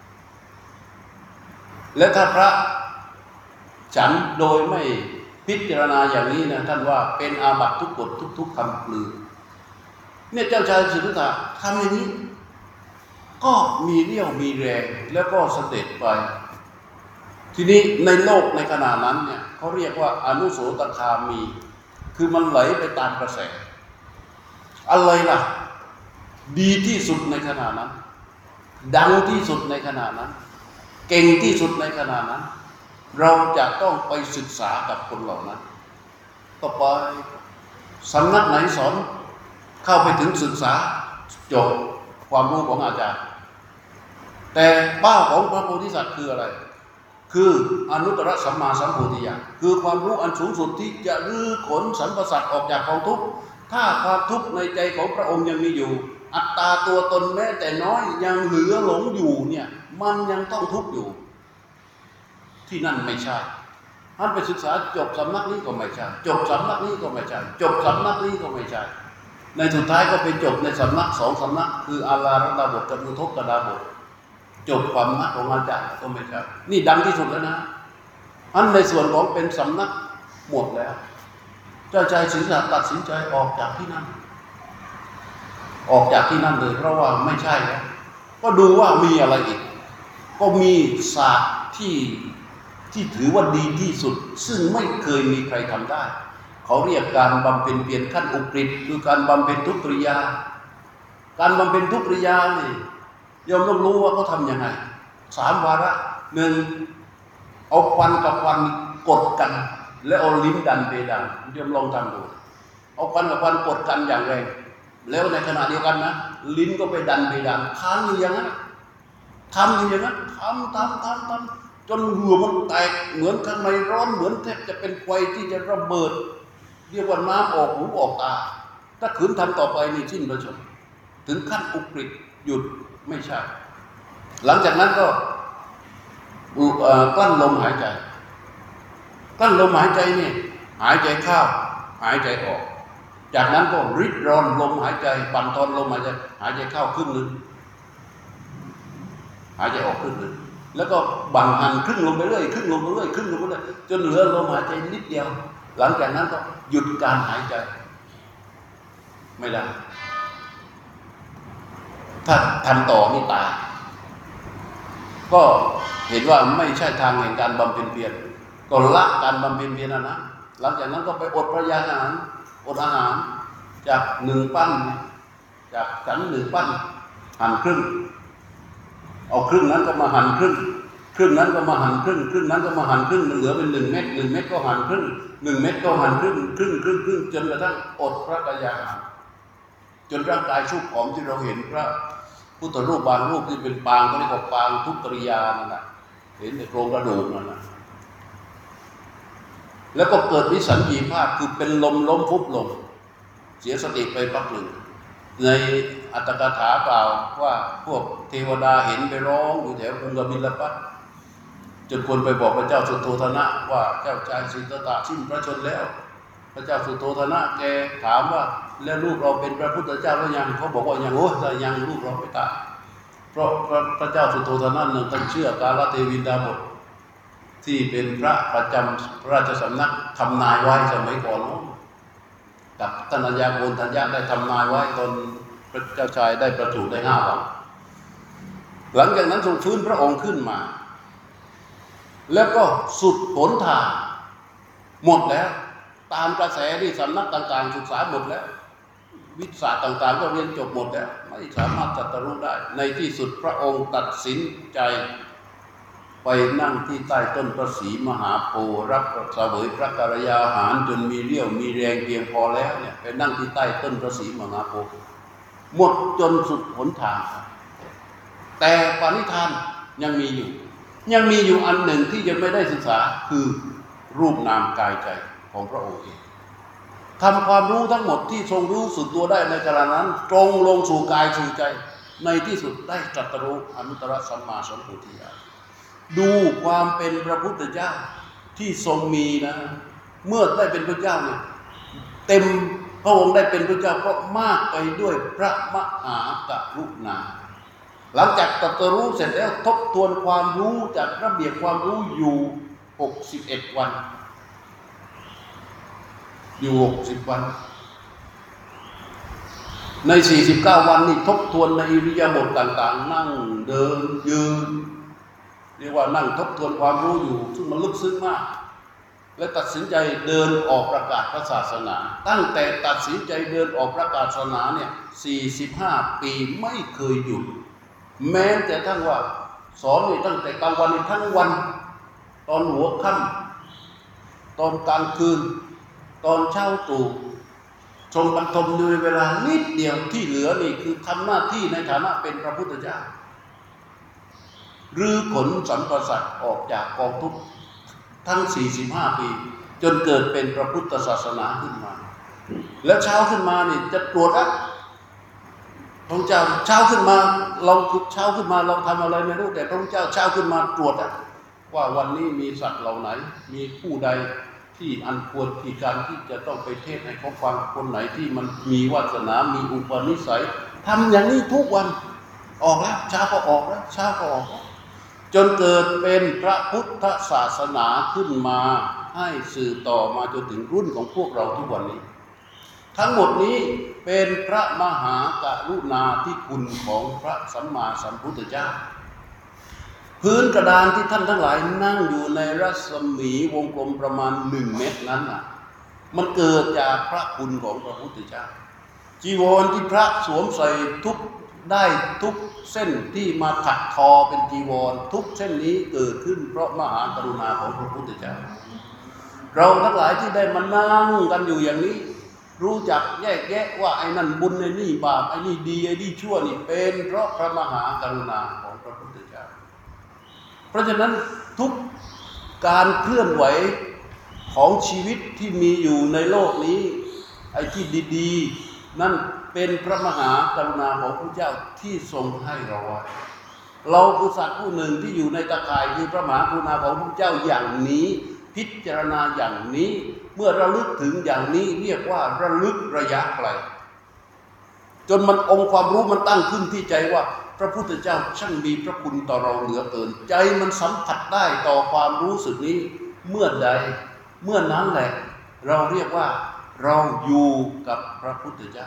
และถ้าพระฉันโดยไม่พิจารณาอย่างนี้นะท่านว่าเป็นอาบัติทุกกฎทุกๆคำกลือเนี่ยเจ้าชายสิทธัตถะทำอย่างนี้ก็มีเรี่ยวมีแรงแล้วก็เสด็จไปทีนี้ในโลกในขณะนั้นเนี่ยเขาเรียกว่าอนุโสตคามีคือมันไหลไปตามกระแสอะไรล่ะดีที่สุดในขณะนั้นดังที่สุดในขณะนั้นเก่งที่สุดในขณะนั้นเราจะต้องไปศึกษากับคนเหล่านั้นต่อไปสำนักไหนสอนเข้าไปถึงศึกษาจบความรู้ของอาจารย์แต่เป้าของพระโพธิสัตว์คืออะไรคืออนุตตรสัมมาสัมโพธิญาณคือความรู้อันสูงสุดที่จะรื้อขนสรรพสัตว์ออกจากกองทุกข์ถ้าความทุกข์ในใจของพระองค์ยังมีอยู่อัตตาตัวตนแม้แต่น้อยยังเหลือหลงอยู่เนี่ยมันยังต้องทุกข์อยู่ที่นั่นไม่ใช่ท่านไปศึกษาจบสำนักนี้ก็ไม่ใช่จบสำนักนี้ก็ไม่ใช่จบสำนักนี้ก็ไม่ใช่ในสุดท้ายก็ไปจบในสำนักสองสำนักคืออาราระดาบทกับอุทกดาบทจบความนักของอาจารย์ก็ไม่ใช่นี่ดังที่สุดแล้วนะอันในส่วนของเป็นสำนักหมดแล้วเจ้าชายสิทธัตถะตัดสินใจออกจากที่นั่นออกจากที่นั่นเลยเพราะว่าไม่ใช่แล้วก็ดูว่ามีอะไรอีกก็มีศาสตร์ที่ที่ถือว่าดีที่สุดซึ่งไม่เคยมีใครทำได้เขาเรียกการบำเพ็ญเพียรขั้นอุกฤษคือการบำเพ็ญทุกขกิริยาการบำเพ็ญทุกขกิริยานี่ยอมต้องรู้ว่าเขาทำยังไงสามวาระหนึ่งเอาควันกับควันกดกันแล้วเอาลิ้นดันเพดานยอมลองทำดูเอาควันกับควันกดกันอย่างแรงแล้วในขณะเดียวกันนะลิ้นก็ไปดันเพดานค้างอยู่อย่างนั้นทำอยู่อย่างนั้นทำทำทำทำจนหัวมันแตกเหมือนข้างในร้อนเหมือนแทบจะเป็นไฟที่จะระเบิดเรียกว่าน้ำออกหูออกตาถ้าขืนทำต่อไปนี่สิ้นประโยชน์ถึงขั้นอุกฤษหยุดไม่ใช่หลังจากนั้นก็กลั้นลมหายใจกลั้นลมหายใจนี่หายใจเข้าหายใจออกจากนั้นก็ริดรอนลมหายใจบั่นทอนลมหายใจหายใจเข้าครึ่งนึงหายใจออกครึ่งนึงแล้วก็บังหันครึ่งลงไปเรื่อยครึ่งลงไปเรื่อยครึ่งลงไปเรื่อยจนเหลือลมหายใจนิดเดียวหลังจากนั้นก็หยุดการหายใจไม่ได้ถ้าทำต่อนี่ตายก็เห็นว่าไม่ใช่ทางแห่งการบำเพ็ญเพียรก็ละการบำเพ็ญเพียรนะนะหลังจากนั้นก็ไปอดพระยาหารอดอาหารจากหนึ่งปั้นจากฉันหนึ่งปั้นหั่นครึ่งเอาครึ่งนั้นก็มาหั่นครึ่งครึ่งนั้นก็มาหั่นครึ่งครึ่งนั้นก็มาหั่นครึ่งมันเหลือเป็นหนึ่งเม็ดหนึ่งเม็ดก็หั่นครึ่งหนึ่งเม็ดก็หั่นครึ่งครึ่งครึ่งครึ่งจนกระทั่งอดพระกยาหารจนร่างกายชุบผอมที่เราเห็นพระพุทธรูปบางรูปที่เป็นปางก็เรียกว่าปางทุกขกิริยานั่นแหละเห็นในโครงกระดูกนั่นแหละแล้วก็เกิดวิสัญญีภาพคือเป็นลมล้มฟุบลงเสียสติไปพักหนึ่งในอัตถกถาเปล่าว่าพวกเทวดาเห็นไปร้องอยู่แถวกรุงกบิลพัสถจนคนไปบอกพระเจ้าสุโธทนะว่าเจ้าชายสิทธัตถะสิ้นพระชนแล้วพระเจ้าสุโธทนะแกถามว่าแล้วลูกเราเป็นพระพุทธเจ้าหรือยังเขาบอกว่ายังโอ้แต่ยังลูกเราไม่ตายเพราะพระเจ้าสุโธทนะนั้นท่านเชื่อกาลเทวินดาบทที่เป็นพระประจำพระราชสำนักทำนายไว้สมัยก่อนกับท่านอัญญาโกณทัญญะได้ทำนายไว้ตอนพระเจ้าชายได้ประสูติได้ห้าวันหลังจากนั้นทรงฟื้นพระองค์ขึ้นมาแล้วก็สุดหนทางหมดแล้วตามกระแสที่สำนักต่างๆศึกษาหมดแล้ววิชาต่างๆก็เรียนจบหมดแล้วไม่สามารถตรัสรู้ได้ในที่สุดพระองค์ตัดสินใจไปนั่งที่ใต้ต้นพระศรีมหาโพธิ์รับเสวยพระกรยาหารจนมีเรี่ยวมีแรงเพียงพอแล้วเนี่ยไปนั่งที่ใต้ต้นพระศรีมหาโพธิ์หมดจนสุดหนทางแต่ปณิธานยังมีอยู่ยังมีอยู่อันหนึ่งที่ยังไม่ได้ศึกษาคือรูปนามกายใจของพระองค์เองทำความรู้ทั้งหมดที่ทรงรู้สึกตัวได้ในขณะนั้นตรงลงสู่กายสู่ใจในที่สุดได้ตรัสรู้อนุตตรสัมมาสัมโพธิญาณดูความเป็นพระพุทธเจ้าที่ทรงมีนะเมื่อได้เป็นพระเจ้าเนี่ยเต็มพระองค์ได้เป็นพระเจ้าเพราะมากไปด้วยพระมหากรุณาหลังจากตรัสรู้เสร็จแล้วทบทวนความรู้จากระเบียบความรู้อยู่หกสิบเอ็ดวันอยู่หกสิบวันในสี่สิบเก้าวันนี่ทบทวนในอิริยาบถต่างๆนั่งเดินยืนเรียกว่านั่งทบทวนความรู้อยู่ซึ่งมันลึกซึ้งมากและตัดสินใจเดินออกประกาศพระศาสนาตั้งแต่ตัดสินใจเดินออกประกาศศาสนาเนี่ยสี่สิบห้าปีไม่เคยหยุดแม้แต่ท่านว่าสอนนี่ตั้งแต่กลางวันทั้งวันตอนหัวค่ำตอนกลางคืนตอนเช้าตรู่ทรงบรรทมอยู่ในเวลานิดเดียวที่เหลือนี่คือทำหน้าที่ในฐานะเป็นพระพุทธเจ้ารื้อขนสัมปสัตออกจากกองทุกข์ทั้งสี่สิบห้าปีจนเกิดเป็นพระพุทธศาสนาขึ้นมาแล้วเช้าขึ้นมานี่จะตรวจอ่ะพระเจ้าเช้าขึ้นมาเราเช้าขึ้นมาเราทำอะไรไม่รู้แต่พระพุทธเจ้าเช้าขึ้นมาตรวจอ่ะว่าวันนี้มีสัตว์เหล่าไหนมีผู้ใดที่อันควรที่การที่จะต้องไปเทศให้เขาฟังคนไหนที่มันมีวาสนามีอุปนิสัยทำอย่างนี้ทุกวันออกแล้วเช้าก็ออกแล้วเช้าก็ออกแล้วจนเกิดเป็นพระพุทธศาสนาขึ้นมาให้สื่อต่อมาจนถึงรุ่นของพวกเราทุกวันนี้ทั้งหมดนี้เป็นพระมหากรุณาธิคุณของพระสัมมาสัมพุทธเจ้าพื้นกระดานที่ท่านทั้งหลายนั่งอยู่ในรัศมีวงกลมประมาณหนึ่งเมตรนั้นน่ะมันเกิดจากพระคุณของพระพุทธเจ้าจีวรที่พระสวมใส่ทุกได้ทุกเส้นที่มาถักทอเป็นจีวรทุกเส้นนี้เกิดขึ้นเพราะมหากรุณาของพระพุทธเจ้าเราทั้งหลายที่ได้มานั่งกันอยู่อย่างนี้รู้จักแยกแยะว่าไอ้นั่นบุญไอ้นี่บาปไอ้นี่ดีไอ้นี่ชั่วนี่เป็นเพราะพระมหากรุณาของพระพุทธเจ้าเพราะฉะนั้นทุกการเคลื่อนไหวของชีวิตที่มีอยู่ในโลกนี้ไอ้ที่ดีๆนั่นเป็นพระมหากรุณาของพระเจ้าที่ทรงให้เราไว้เราคือสัตว์ผู้หนึ่งที่อยู่ในตะข่ายคือพระมหากรุณาของพระเจ้าอย่างนี้พิจารณาอย่างนี้เมื่อระลึกถึงอย่างนี้เรียกว่าระลึกระยะไกลจนมันองค์ความรู้มันตั้งขึ้นที่ใจว่าพระพุทธเจ้าช่างมีพระคุณต่อเราเหลือเกินใจมันสัมผัสได้ต่อความรู้สึกนี้เมื่อใดเมื่อนั้นแหละเราเรียกว่าเราอยู่กับพระพุทธเจ้า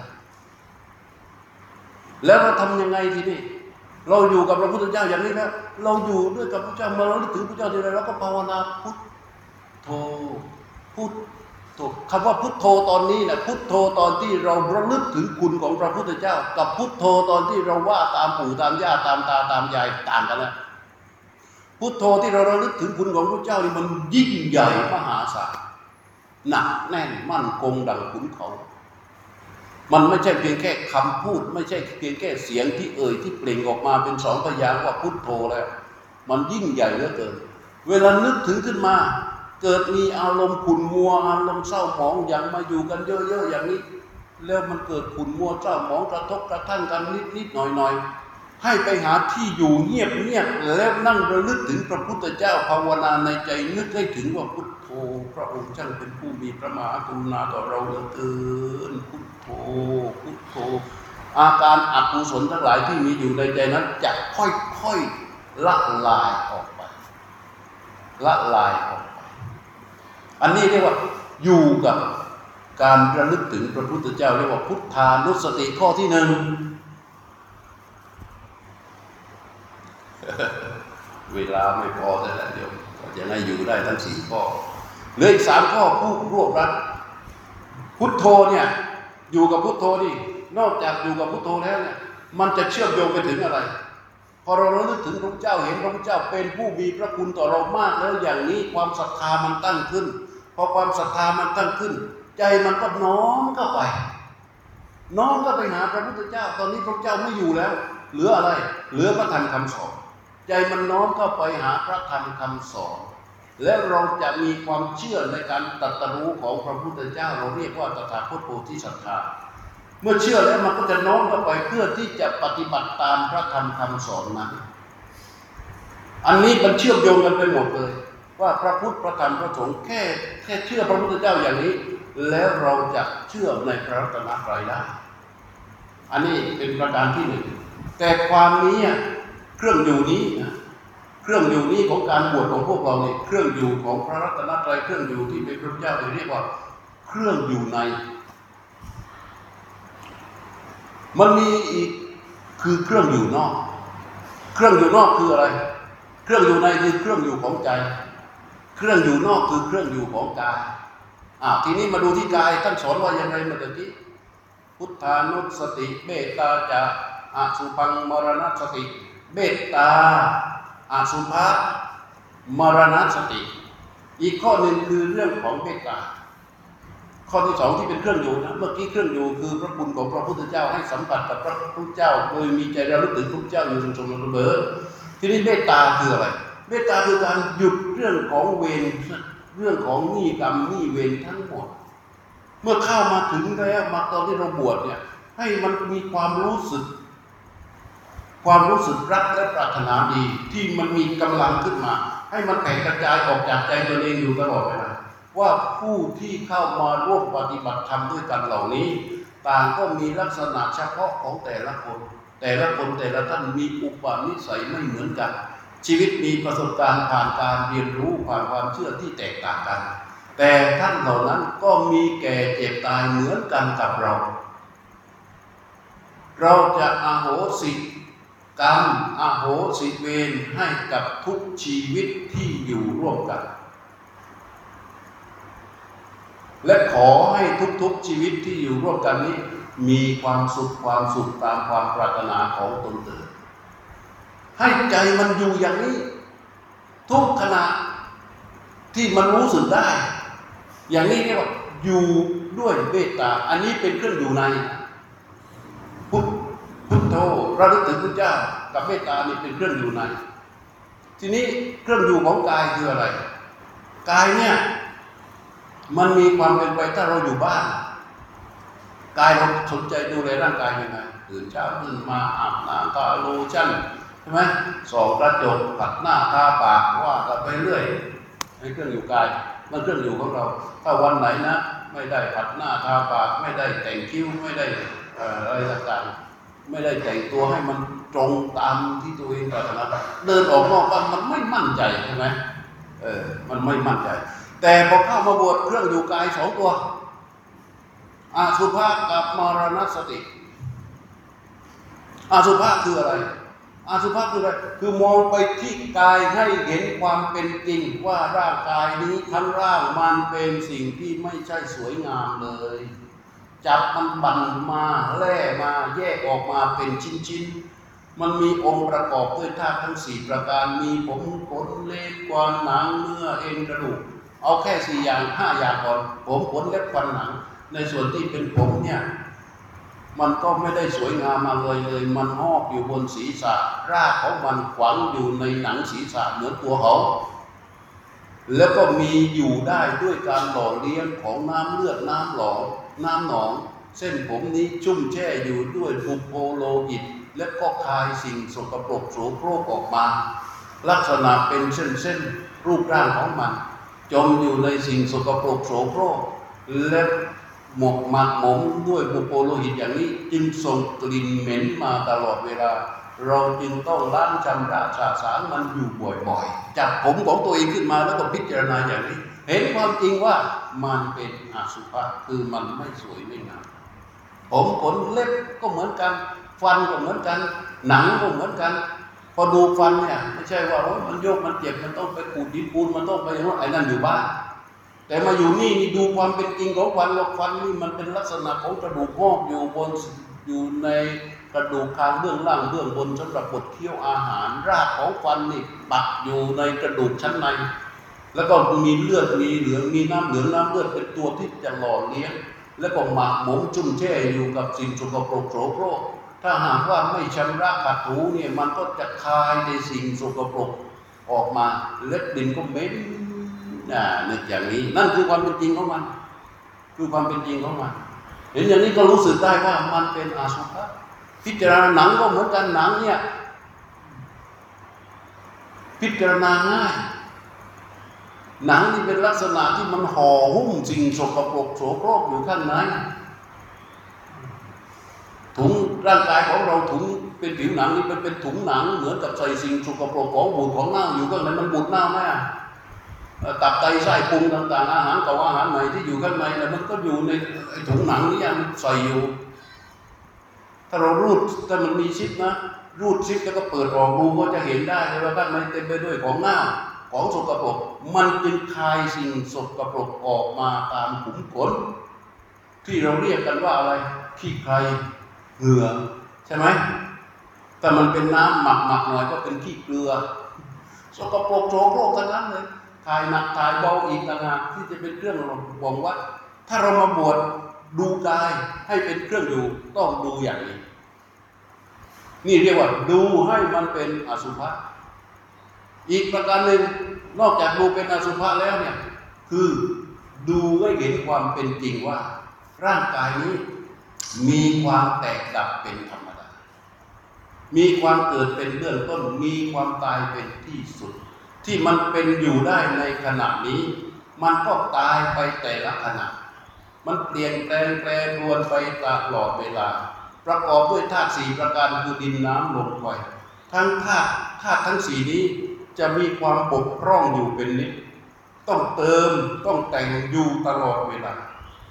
แล้วเราทำยังไงทีนี้เราอยู่กับพระพุทธเจ้าอย่างนี้แล้วเราอยู่ด้วยกับพระเจ้าเมื่อเรานึกถึงพระเจ้าทีไรเราก็ภาวนาพุทโธพุทโธคำว่าพุทโธตอนนี้นะพุทโธตอนที่เราระลึกถึงคุณของพระพุทธเจ้ากับพุทโธตอนที่เราว่าตามปู่ตามย่าตามตาตามยายต่างกันนะพุทโธที่เราระลึกถึงคุณของพระเจ้านี่มันยิ่งใหญ่มหาศาลหนักแน่นมั่นคงดังขุนเขามันไม่ใช่เพียงแค่คำพูดไม่ใช่เพียงแค่เสียงที่เอ่ยที่เปล่งออกมาเป็นสองพยางค์ว่าพุทโธแล้วมันยิ่งใหญ่เหลือเกินเวลานึกถึงขึ้นมาเกิดมีอารมณ์ขุ่นมัวอารมณ์เศร้าหมองอย่างมาอยู่กันเยอะๆอย่างนี้แล้วมันเกิดขุ่นมัวเศร้าหมองกระทบกระทั่งกันนิดๆหน่อยๆให้ไปหาที่อยู่เงียบเงียบแล้วนั่งระลึกถึงพระพุทธเจ้าภาวนาในใจนึกให้ถึงว่าพุทโธพระองค์ช่างเป็นผู้มีพระมหากรุณาต่อเราเหลือเกินพุทโธพุทโธอาการอกุศลทั้งหลายที่มีอยู่ในใจนั้นจะค่อยๆละลายออกไปละลายออกไปอันนี้เรียกว่าอยู่กับการระลึกถึงพระพุทธเจ้าเรียกว่าพุทธานุสติข้อที่หนึ่งเวลาไม่พอแต่ละเดี๋ยวจะให้อยู่ได้ทั้งสี่ข้อเหลืออีกสามข้อผู้รวบรัดพุทโธเนี่ยอยู่กับพุทโธนี่นอกจากอยู่กับพุทโธแล้วเนี่ยมันจะเชื่อมโยงไปถึงอะไรพอเราระลึกถึงพระเจ้าเห็นพระเจ้าเป็นผู้มีพระคุณต่อเรามากแล้วอย่างนี้ความศรัทธามันตั้งขึ้นพอความศรัทธามันตั้งขึ้นใจมันก็น้อมเข้าไปน้อมเข้าไปหาพระพุทธเจ้าตอนนี้พระเจ้าไม่อยู่แล้วเหลืออะไรเหลือพระธรรมคำสอนใจมันน้อมเข้าไปหาพระธรรมคำสอนแล้วเราจะมีความเชื่อในการตรัสรู้ของพระพุทธเจ้าเราเรียกว่าตถาคตโพธิศรัทธาเมื่อเชื่อแล้วมันก็จะน้อมเข้าไปเพื่อที่จะปฏิบัติตามพระธรรมคำสอนนั้นอันนี้มันเชื่อมโยงกันไปหมดเลยว่าพระพุทธพระธรรมพระสงฆ์แค่แค่เชื่อพระพุทธเจ้าอย่างนี้แล้วเราจะเชื่อในพระรัตนตรัยได้อันนี้เป็นประการที่หนึ่งแต่ความนี้เครื่องอยู่นี้เครื่องอยู่นี้ของการบวชของพวกเราเนี่ยเครื่องอยู่ของพระรัตนตรัยเครื่องอยู่ที่เป็นพระเจ้าเรียกว่าเครื่องอยู่ในมันมีอีกคือเครื่องอยู่นอกเครื่องอยู่นอกคืออะไรเครื่องอยู่ในคือเครื่องอยู่ของใจเครื่องอยู่นอกคือเครื่องอยู่ของกายอ่าทีนี้มาดูที่กายท่านสอนว่ายังไงเมื่อกี้พุทธานุสติเมตตาจะอสุภังมรณสติเมตตาอสุภะมรณสติอีกข้อหนึ่งคือเรื่องของเมตตาข้อที่สองที่เป็นเครื่องอยู่นะเมื่อกี้เครื่องอยู่คือพระคุณของพระพุทธเจ้าให้สัมผัสกับพระพุทธเจ้าโดยมีใจระลึกถึงพระพุทธเจ้าอยู่เสมอเสมอทีนี้เมตตาคืออะไรเมตตาคือการหยุดเรื่องของเวรเรื่องของหนี้กรรมหนี้เวรทั้งหมดเมื่อเข้ามาถึงแล้วมาตอนที่เราบวชเนี่ยให้มันมีความรู้สึกความรู้สึกรักและปรารถนาดีที่มันมีกำลังขึ้นมาให้มันแผ่กระจายออกจากใจตัวเองอยู่ตลอดเวลาว่าผู้ที่เข้ามาร่วมปฏิบัติธรรมด้วยกันเหล่านี้ต่างก็มีลักษณะเฉพาะของแต่ละคนแต่ละคนแต่ละท่านมีอุปนิสัยไม่เหมือนกันชีวิตมีประสบการณ์ผ่านการเรียนรู้ผ่านความเชื่อที่แตกต่างกันแต่ท่านเหล่านั้นก็มีแก่เจ็บตายเหมือนกันกับเราเราจะอโหสิกรรมอโหสิเวรให้กับทุกชีวิตที่อยู่ร่วมกันและขอให้ทุกๆชีวิตที่อยู่ร่วมกันนี้มีความสุขความสุขตามความปรารถนาของตนเถิดให้ใจมันอยู่อย่างนี้ทุกขณะที่มันรู้สึกได้อย่างนี้เรียกว่าอยู่ด้วยเมตตาอันนี้เป็นเครื่องอยู่ในพุทพุทโธระลึกถึงพระเจ้ากับเมตตานี่เป็นเครื่องอยู่ในทีนี้เครื่องอยู่ของกายคืออะไรกายเนี่ยมันมีความเป็นไปถ้าเราอยู่บ้านกายเราสนใจดูแลร่างกายยังไงตื่นเช้าขึ้นมาอาบน้ำทาโลชั่นใช่ไหมส่องกระจกปัดหน้าทาปากว่ากันไปเรื่อยให้เครื่องอยู่กายมันเครื่องอยู่ของเราถ้าวันไหนนะไม่ได้ปัดหน้าทาปากไม่ได้แต่งคิ้วไม่ได้อะไรต่างๆไม่ได้แต่งตัวให้มันตรงตามที่ตัวเองปรารถนาเดินออกนอกบ้านมันไม่มั่นใจใช่ไหมเออมันไม่มั่นใจแต่พอเข้ามาบวชเครื่องอยู่กายสองตัวอสุภะกับมรณสติอสุภะคืออะไรอสุภะคืออะไรคือมองไปที่กายให้เห็นความเป็นจริงว่าร่างกายนี้ทั้งร่างมันเป็นสิ่งที่ไม่ใช่สวยงามเลยจับมันบั่นมาแล่มาแยกออกมาเป็นชิ้นๆมันมีองค์ประกอบด้วยธาตุทั้งสี่ประการมีผมขนเล็บฟันหนังเนื้อเอ็นกระดูกเอาแค่สี่อย่างห้าอย่างก่อนผมขนเล็บฟันหนังในส่วนที่เป็นผมเนี่ยมันก็ไม่ได้สวยงามมาเลยเลยมันหอกอยู่บนศีรษะรากของมันขวางอยู่ในหนังศีรษะเหมือนตัวเขาแล้วก็มีอยู่ได้ด้วยการหล่อเลี้ยงของน้ำเลือดน้ำหล่อน้ำหนองเส้นผมนี้ชุ่มแช่อยู่ด้วยบุโพโลหิตและก็คายสิ่งสกปรกโสโครกออกมาลักษณะเป็นเส้นๆรูปร่างของมันจมอยู่ในสิ่งสกปรกโสโครกและหมกหมักหมมด้วยบุโปโลหิตอย่างนี้จึงส่งกลิ่นเหม็นมาตลอดเวลาเราจึงต้องล้างชำระสะสางมันอยู่บ่อยๆจับผมของตัวเองขึ้นมาแล้วก็พิจารณาอย่างนี้เห็นความจริงว่ามันเป็นอสุภะคือมันไม่สวยไม่งามผมขนเล็บก็เหมือนกันฟันก็เหมือนกันหนังก็เหมือนกันพอดูฟันเนี่ยไม่ใช่ว่าโอ้มันโยกมันเจ็บมันต้องไปขูดดินปูนมันต้องไปอย่างนั้นไอ้นั่นอยู่บ้านแต่มาอยู่นี่นี่ดูความเป็นจริงของฟันว่าฟันนี่มันเป็นลักษณะของกระดูกงอกอยู่บนอยู่ในกระดูกคางเบื้องล่างเบื้องบนสำหรับบดเคี้ยวอาหารรากของฟันนี่ปักอยู่ในกระดูกชั้นในแล้วก็มีเลือดมีเหลืองมีน้ำเหลืองน้ำเลือดเป็นตัวที่จะหล่อเลี้ยงแล้วก็หมักหมมจุ่มแช่อยู่กับสิ่งสกปรกโสโครกถ้าหากว่าไม่ชำระขัดถูเนี่ยมันก็จะคายในสิ่งสกปรกออกมาเล็ดดินก็เหม็นน่ะนึกอย่างนี้นั่นคือความเป็นจริงของมันคือความเป็นจริงของมันเห็นอย่างนี้ก็รู้สึกได้ว่ามันเป็นอสุภะพิจารณาหนังก็เหมือนกันหนังเนี่ยพิจารณาง่ายหนังนี่เป็นลักษณะที่มันห่อหุ้มสิ่งสกปรกโสโครกอยู่ข้างในถุงร่างกายของเราถุงเป็นผิวหนังนี่เป็นเป็นถุงหนังเหมือนกับใส่สิ่งสกปรกของบูดของเน่าอยู่ข้างในมันบูดเน่าไหมตับไตไส้พุงต่างๆอาหารเก่าอาหารใหม่ที่อยู่ข้างในนะมันก็อยู่ในถุงหนังนี้มันใส่อยู่ถ้าเรารูดถ้ามันมีชิปนะรูดชิปแล้วก็เปิดออกดูก็จะเห็นได้เลยว่าข้างในเต็มไปด้วยของเน่าของสกปรกมันจึงคายสิ่งสกปรกออกมาตามขุมขนที่เราเรียกกันว่าอะไรขี้ใครเหงื่อใช่ไหมแต่มันเป็นน้ำหมักหมักหน่อยก็เป็นขี้เกลือสกปรกโสโครกทั้งนั้นเลยถ่ายหนักถ่ายเบาอีกต่างหากที่จะเป็นเครื่องบ่งวัดถ้าเรามาบวชดูกายให้เป็นเครื่องดูต้องดูอย่างนี้นี่เรียกว่าดูให้มันเป็นอสุภะอีกประการหนึ่งนอกจากดูเป็นอสุภะแล้วเนี่ยคือดูให้เห็นความเป็นจริงว่าร่างกายนี้มีความแตกดับเป็นธรรมดามีความเกิดเป็นเบื้องต้นมีความตายเป็นที่สุดที่มันเป็นอยู่ได้ในขณะนี้มันก็ตายไปแต่ละขณะมันเปลี่ยนแปลงแปรปรวนไปตลอดเวลาประกอบด้วยธาตุสี่ประการคือดินน้ำลมไฟทั้งธาตุธาตุทั้งสี่นี้จะมีความบกพร่องอยู่เป็นนิดต้องเติมต้องแต่งอยู่ตลอดเวลา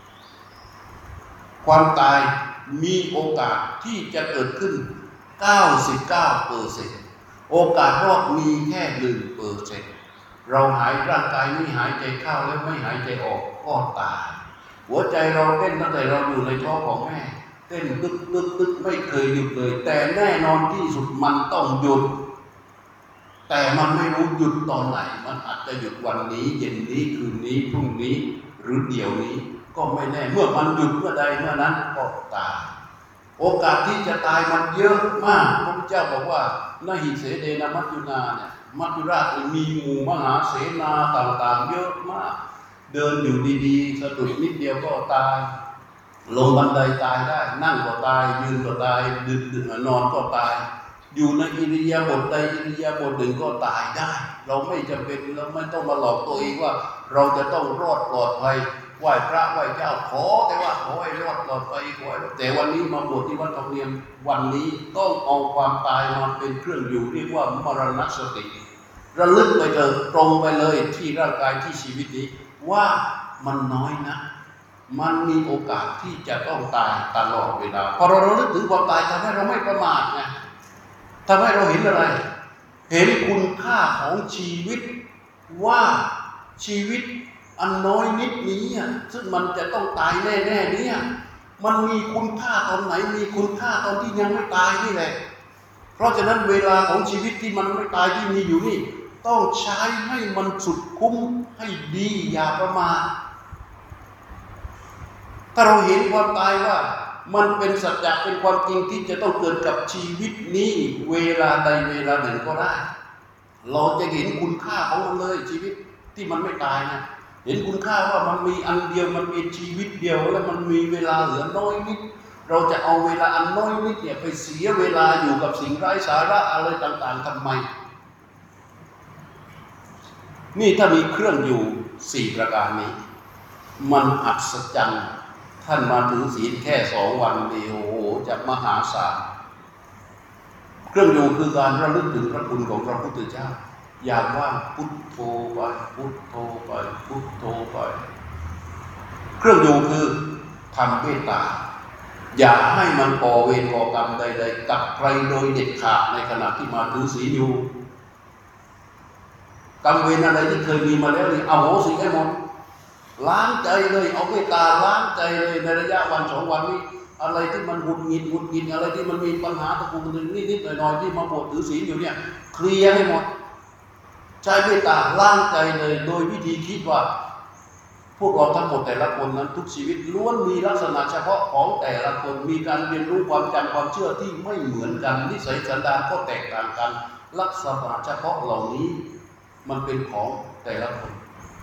ความตายมีโอกาสที่จะเกิดขึ้น เก้าสิบเก้าเปอร์เซ็นต์ โอกาสรอดมีแค่ หนึ่งเปอร์เซ็นต์ เราหายร่างกายนี้หายใจเข้าแล้วไม่หายใจออกก็ตายหัวใจเราเต้นตั้งแต่เราอยู่ในท้องของแม่เต้นตึกตึกตึกไม่เคยหยุดเลยแต่แน่นอนที่สุดมันต้องหยุดแต่มันไม่รู้หยุดตอนไหนมันอาจจะหยุดวันนี้เย็นนี้คืนนี้พรุ่งนี้หรือเดี๋ยวนี้ก็ไม่แน่เมื่อมันหยุดเมื่อใดเมื่อนั้นก็ตายโอกาสที่จะตายมันเยอะมากพระพุทธเจ้าบอกว่านาหิเสเดนะมัจจุนาเนี่ยมัจจุราชมีหมู่มหาเสนาต่างๆเยอะมากเดินอยู่ดีๆสะดุดนิดเดียวก็ตายลงบันไดตายได้นั่งก็ตายยืนก็ตายดื่นดื่นนอนก็ตายอยู่ในอิริยาบถใดอิริยาบถหนึ่งก็ตายได้เราไม่จำเป็นเราไม่ต้องมาหลอกตัวเองว่าเราจะต้องรอดปลอดภัยไหว้พระไหว้เจ้าขอแต่ว่าขอให้รอดปลอดภัยขอแต่วันนี้มาบวชที่วัดธรรมเนียมวันนี้ต้องเอาความตายมาเป็นเครื่องอยู่เรียกว่ามรณสติระลึกไปเถอะตรงไปเลยที่ร่างกายที่ชีวิตนี้ว่ามันน้อยนะมันมีโอกาสที่จะต้องตายตลอดเวลาพอเราระลึกถึงความตายทำให้เราไม่ประมาทไงทำให้เราเห็นอะไรเห็นคุณค่าของชีวิตว่าชีวิตอันน้อยนิดนี้ซึ่งมันจะต้องตายแน่ๆเนี่ยมันมีคุณค่าตอนไหนมีคุณค่าตอนที่ยังไม่ตายนี่แหละเพราะฉะนั้นเวลาของชีวิตที่มันไม่ตายที่มีอยู่นี่ต้องใช้ให้มันสุดคุ้มให้ดีอย่าประมาทถ้าเราเห็นความตายว่ามันเป็นสัจจะเป็นความจริงที่จะต้องเกิดกับชีวิตนี้เวลาใดเวลาหนึ่งก็ได้เราจะเห็นคุณค่าของมันเลยชีวิตที่มันไม่ตายนะเห็นคุณค่าว่ามันมีอันเดียวมันมีชีวิตเดียวแล้วมันมีเวลาเหลือน้อยนิดเราจะเอาเวลาอันน้อยนิดเนี่ยไปเสียเวลาอยู่กับสิ่งไร้สาระอะไรต่างๆทำไมนี่ถ้ามีเครื่องอยู่สี่ประการนี้มันอัศจรรย์ท่านมาถือศีลแค่สองวันเดียวโอ้โหจะมหาศาลเครื่องอยู่คือการระลึกถึงพระคุณของพระพุทธเจ้าอย่างว่าพุทโธไปพุทโธไปพุทโธไปเครื่องอยู่คือทำเมตตาอย่าให้มันก่อเวรก่อกรรมใดๆกับใครโดยเด็ดขาดในขณะที่มาถือศีลอยู่กรรมเวรอะไรที่เคยมีมาแล้วนี่เอาโหสิให้หมดล้างใจเลยเอาเมตตาล้างใจเลยในระยะวันสองวันนี้อะไรที่มันหงุดหงิดหงุดหงิดอะไรที่มันมีปัญหาตะกุกตะกิกนิดๆหน่อยๆที่มาบวชถือศีลอยู่เนี่ยเคลียร์ให้หมดใช้เมตตาล้างใจเลยโดยวิธีคิดว่าพวกเราทั้งหมดแต่ละคนนั้นทุกชีวิตล้วนมีลักษณะเฉพาะของแต่ละคนมีการเรียนรู้ความจำความเชื่อที่ไม่เหมือนกันนิสัยสันดานก็แตกต่างกันลักษณะเฉพาะเหล่านี้มันเป็นของแต่ละคน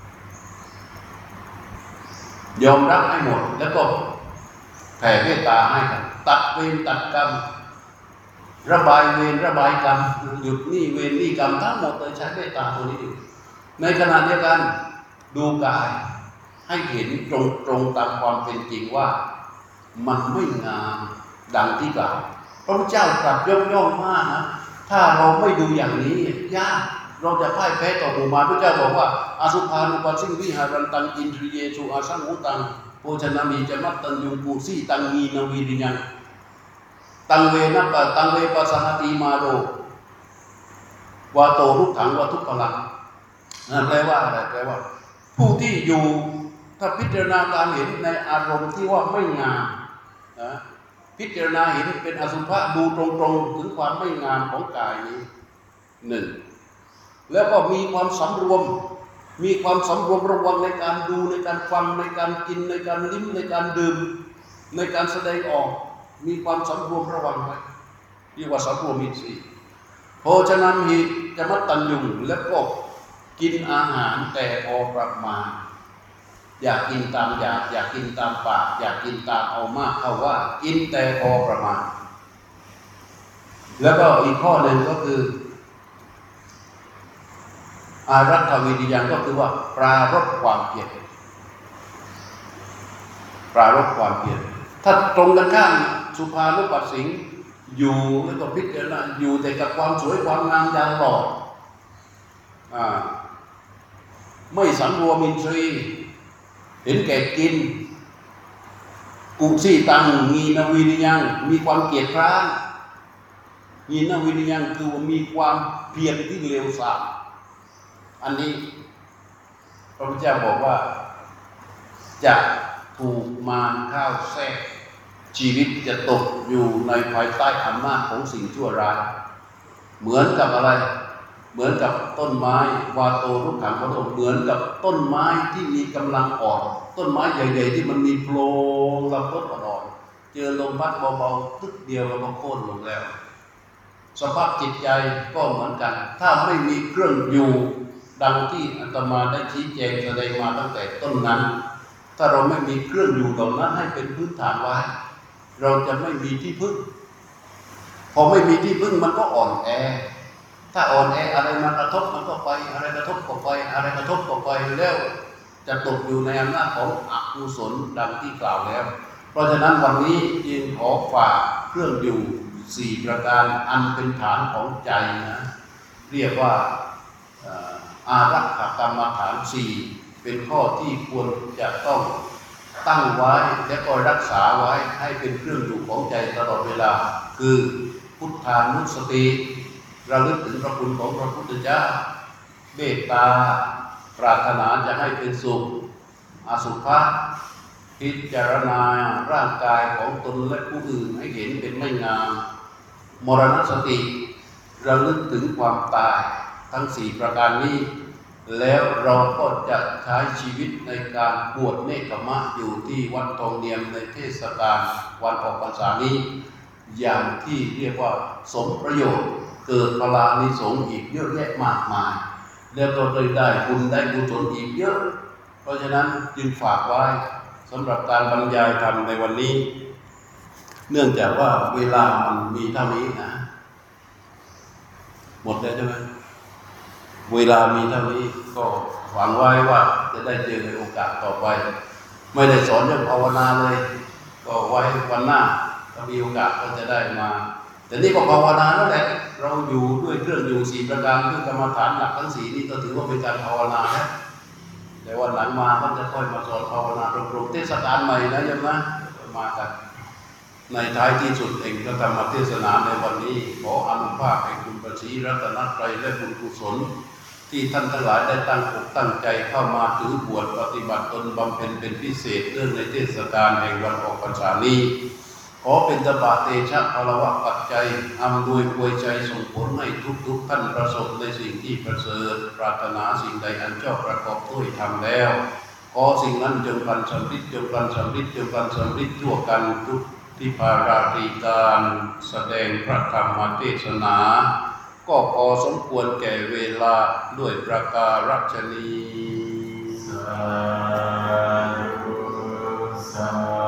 ยอมรับให้หมดแล้วก็แผ่เมตตาให้กันตัดเวรตัดกรรมระบายเวรระบายกรรมหยุดหนี้เวรหนี้กรรมทั้งหมดเลยใช้เมตตาตัวนี้ในขณะเดียวกันดูกายให้เห็นตรงตรงตามความเป็นจริงว่ามันไม่งามดังที่กล่าวพระพุทธเจ้าตรัสยกย่องมากนะถ้าเราไม่ดูอย่างนี้ยากเราจะพ่ายแพ้ต่อหมู่มารพระเจ้าบอกว่าอสุภานุปัสสิงวิหารันตังอินทรีเยสุอาสังหุตังโภชนามีจมัตตัญญูปูสีตังงีนวีริยังตังเวนัปตังเวปัสสหติมาโรวาโตทุกขังวาทุกขลังนั่นแปลว่าอะไรแปลว่าผู้ที่อยู่ถ้าพิจารณาการเห็นในอารมณ์ที่ว่าไม่งามนะพิจารณาเห็นเป็นอสุภะดูตรงๆถึงความไม่งามของกายนี้หนึ่งแล้วก็มีความสำรวมมีความสำรวมระวังในการดูในการฟังในการกินในการลิ้มในการดื่มในการแสดงออกมีความสำรวมระวังไว้เรียกว่าสำรวมอินทรีย์โภชนามีจมัตตัญญูแล้วก็กินอาหารแต่พอประมาณอยากกินตามอยากอยากกินตามปากอยากกินตามเอามากเข้าว่ากินแต่พอประมาณแล้วก็อีกข้อหนึ่งก็คืออารัฐวิริยังก็คือว่าปรารภความเพียรปรารภความเพียรถ้าตรงกันข้ามสุภานุปัสสิงอยู่แล้วก็พิจารณาอยู่แต่กับความสวยความงามอย่างหล่ออ่าไม่สำรวมอินทรีย์เห็นแก่กินกุสีตังงีนวิริยังมีความเกียจคร้านงีนวิริยังคือมีความเพียรที่เลวทรามอันนี้พระพุทธเจ้าบอกว่าจะถูกมารเข้าแทรกชีวิตจะตกอยู่ในภายใต้อำนาจของสิ่งชั่วร้ายเหมือนกับอะไรเหมือนกับต้นไม้วาโตทุกขังวาโตเหมือนกับต้นไม้ที่มีกำลังอ่อนต้นไม้ใหญ่ๆที่มันมีโพรงลำต้นอ่อนๆเจอลมพัดเบาๆตึกเดียวแล้วก็โค่นลงแล้วสภาพจิตใจก็เหมือนกันถ้าไม่มีเครื่องอยู่ดังที่อาตมาได้ชี้แจงแสดงมาตั้งแต่ต้นนั้นถ้าเราไม่มีเครื่องอยู่เหล่านั้นให้เป็นพื้นฐานไว้เราจะไม่มีที่พึ่งพอไม่มีที่พึ่งมันก็อ่อนแอถ้าอ่อนแออะไรมากระทบมันก็ไปอะไรกระทบก็ไปอะไรกระทบก็ไปแล้วจะตกอยู่ในอำนาจของอกุศลดังที่กล่าวแล้วเพราะฉะนั้นวันนี้จึงขอฝากเครื่องอยู่สี่ประการอันเป็นฐานของใจนะเรียกว่าอารักขกรรมฐานสี่เป็นข้อที่ควรจะต้องตั้งไว้และก็รักษาไว้ให้เป็นเครื่องอยู่ของใจตลอดเวลาคือพุทธานุสติระลึกถึงพระคุณของพระพุทธเจ้าเมตตาปรารถนาจะให้เป็นสุขอสุภะพิจารณาร่างกายของตนและผู้อื่นให้เห็นเป็นไม่งามมรณสติระลึกถึงความตายทั้งสี่ประการนี้แล้วเราก็จะใช้ชีวิตในการบวชเนกขมะอยู่ที่วัดทองเนียมในเทศกาลวันออกพรรษานี้อย่างที่เรียกว่าสมประโยชน์เกิดพลานิสงส์อีกเยอะแยะมากมายแล้วก็ได้ได้บุญได้กุศลอีกเยอะเพราะฉะนั้นจึงฝากไว้สำหรับการบรรยายธรรมในวันนี้เนื่องจากว่าเวลามันมีเท่านี้นะหมดแล้วใช่ไหมเวลามีเท่านี้ก็หวังไว้ว่าจะได้เจอในโอกาสต่อไปไม่ได้สอนเรื่องภาวนาเลยก็ไว้วันหน้าถ้ามีโอกาสก็จะได้มาแต่นี่ก็ภาวนาแล้วแหละเราอยู่ด้วยเครื่องอยู่สี่ประการเครื่องกรรมฐานหลักทั้งสี่นี่ก็ถือว่าเป็นการภาวนาแล้วแต่วันหลังมาก็จะค่อยมาสอนภาวนาตรงๆเทศกาลใหม่นะโยมนะมากันในท้ายที่สุดเองก็ทำมาเทศนาในวันนี้ขออนุภาพแห่งคุณพระศรีรัตนตรัยและบุญกุศลที่ท่านทั้งหลายได้ตั้งอกตั้งใจเข้ามาถือบวชปฏิบัติตนบำเพ็ญเป็นพิเศษเรื่องในเทศกาลแห่งวันออกพรรษานี้ขอเป็นตบะเตชะพลวะปัจจัยอำนวยอวยใจส่งผลให้ทุกๆท่านประสบในสิ่งที่ประเสริฐปรารถนาสิ่งใดอันชอบประกอบด้วยธรรมแล้วขอสิ่งนั้นจงพลันสำเร็จจงพลันสำเร็จจงพลันสำเร็จทั่วกันทุกที่ภาราตรีการแสดงพระธรรมเทศนาก็พอสมควรแก่เวลาด้วยประการฉนี้สาธุสา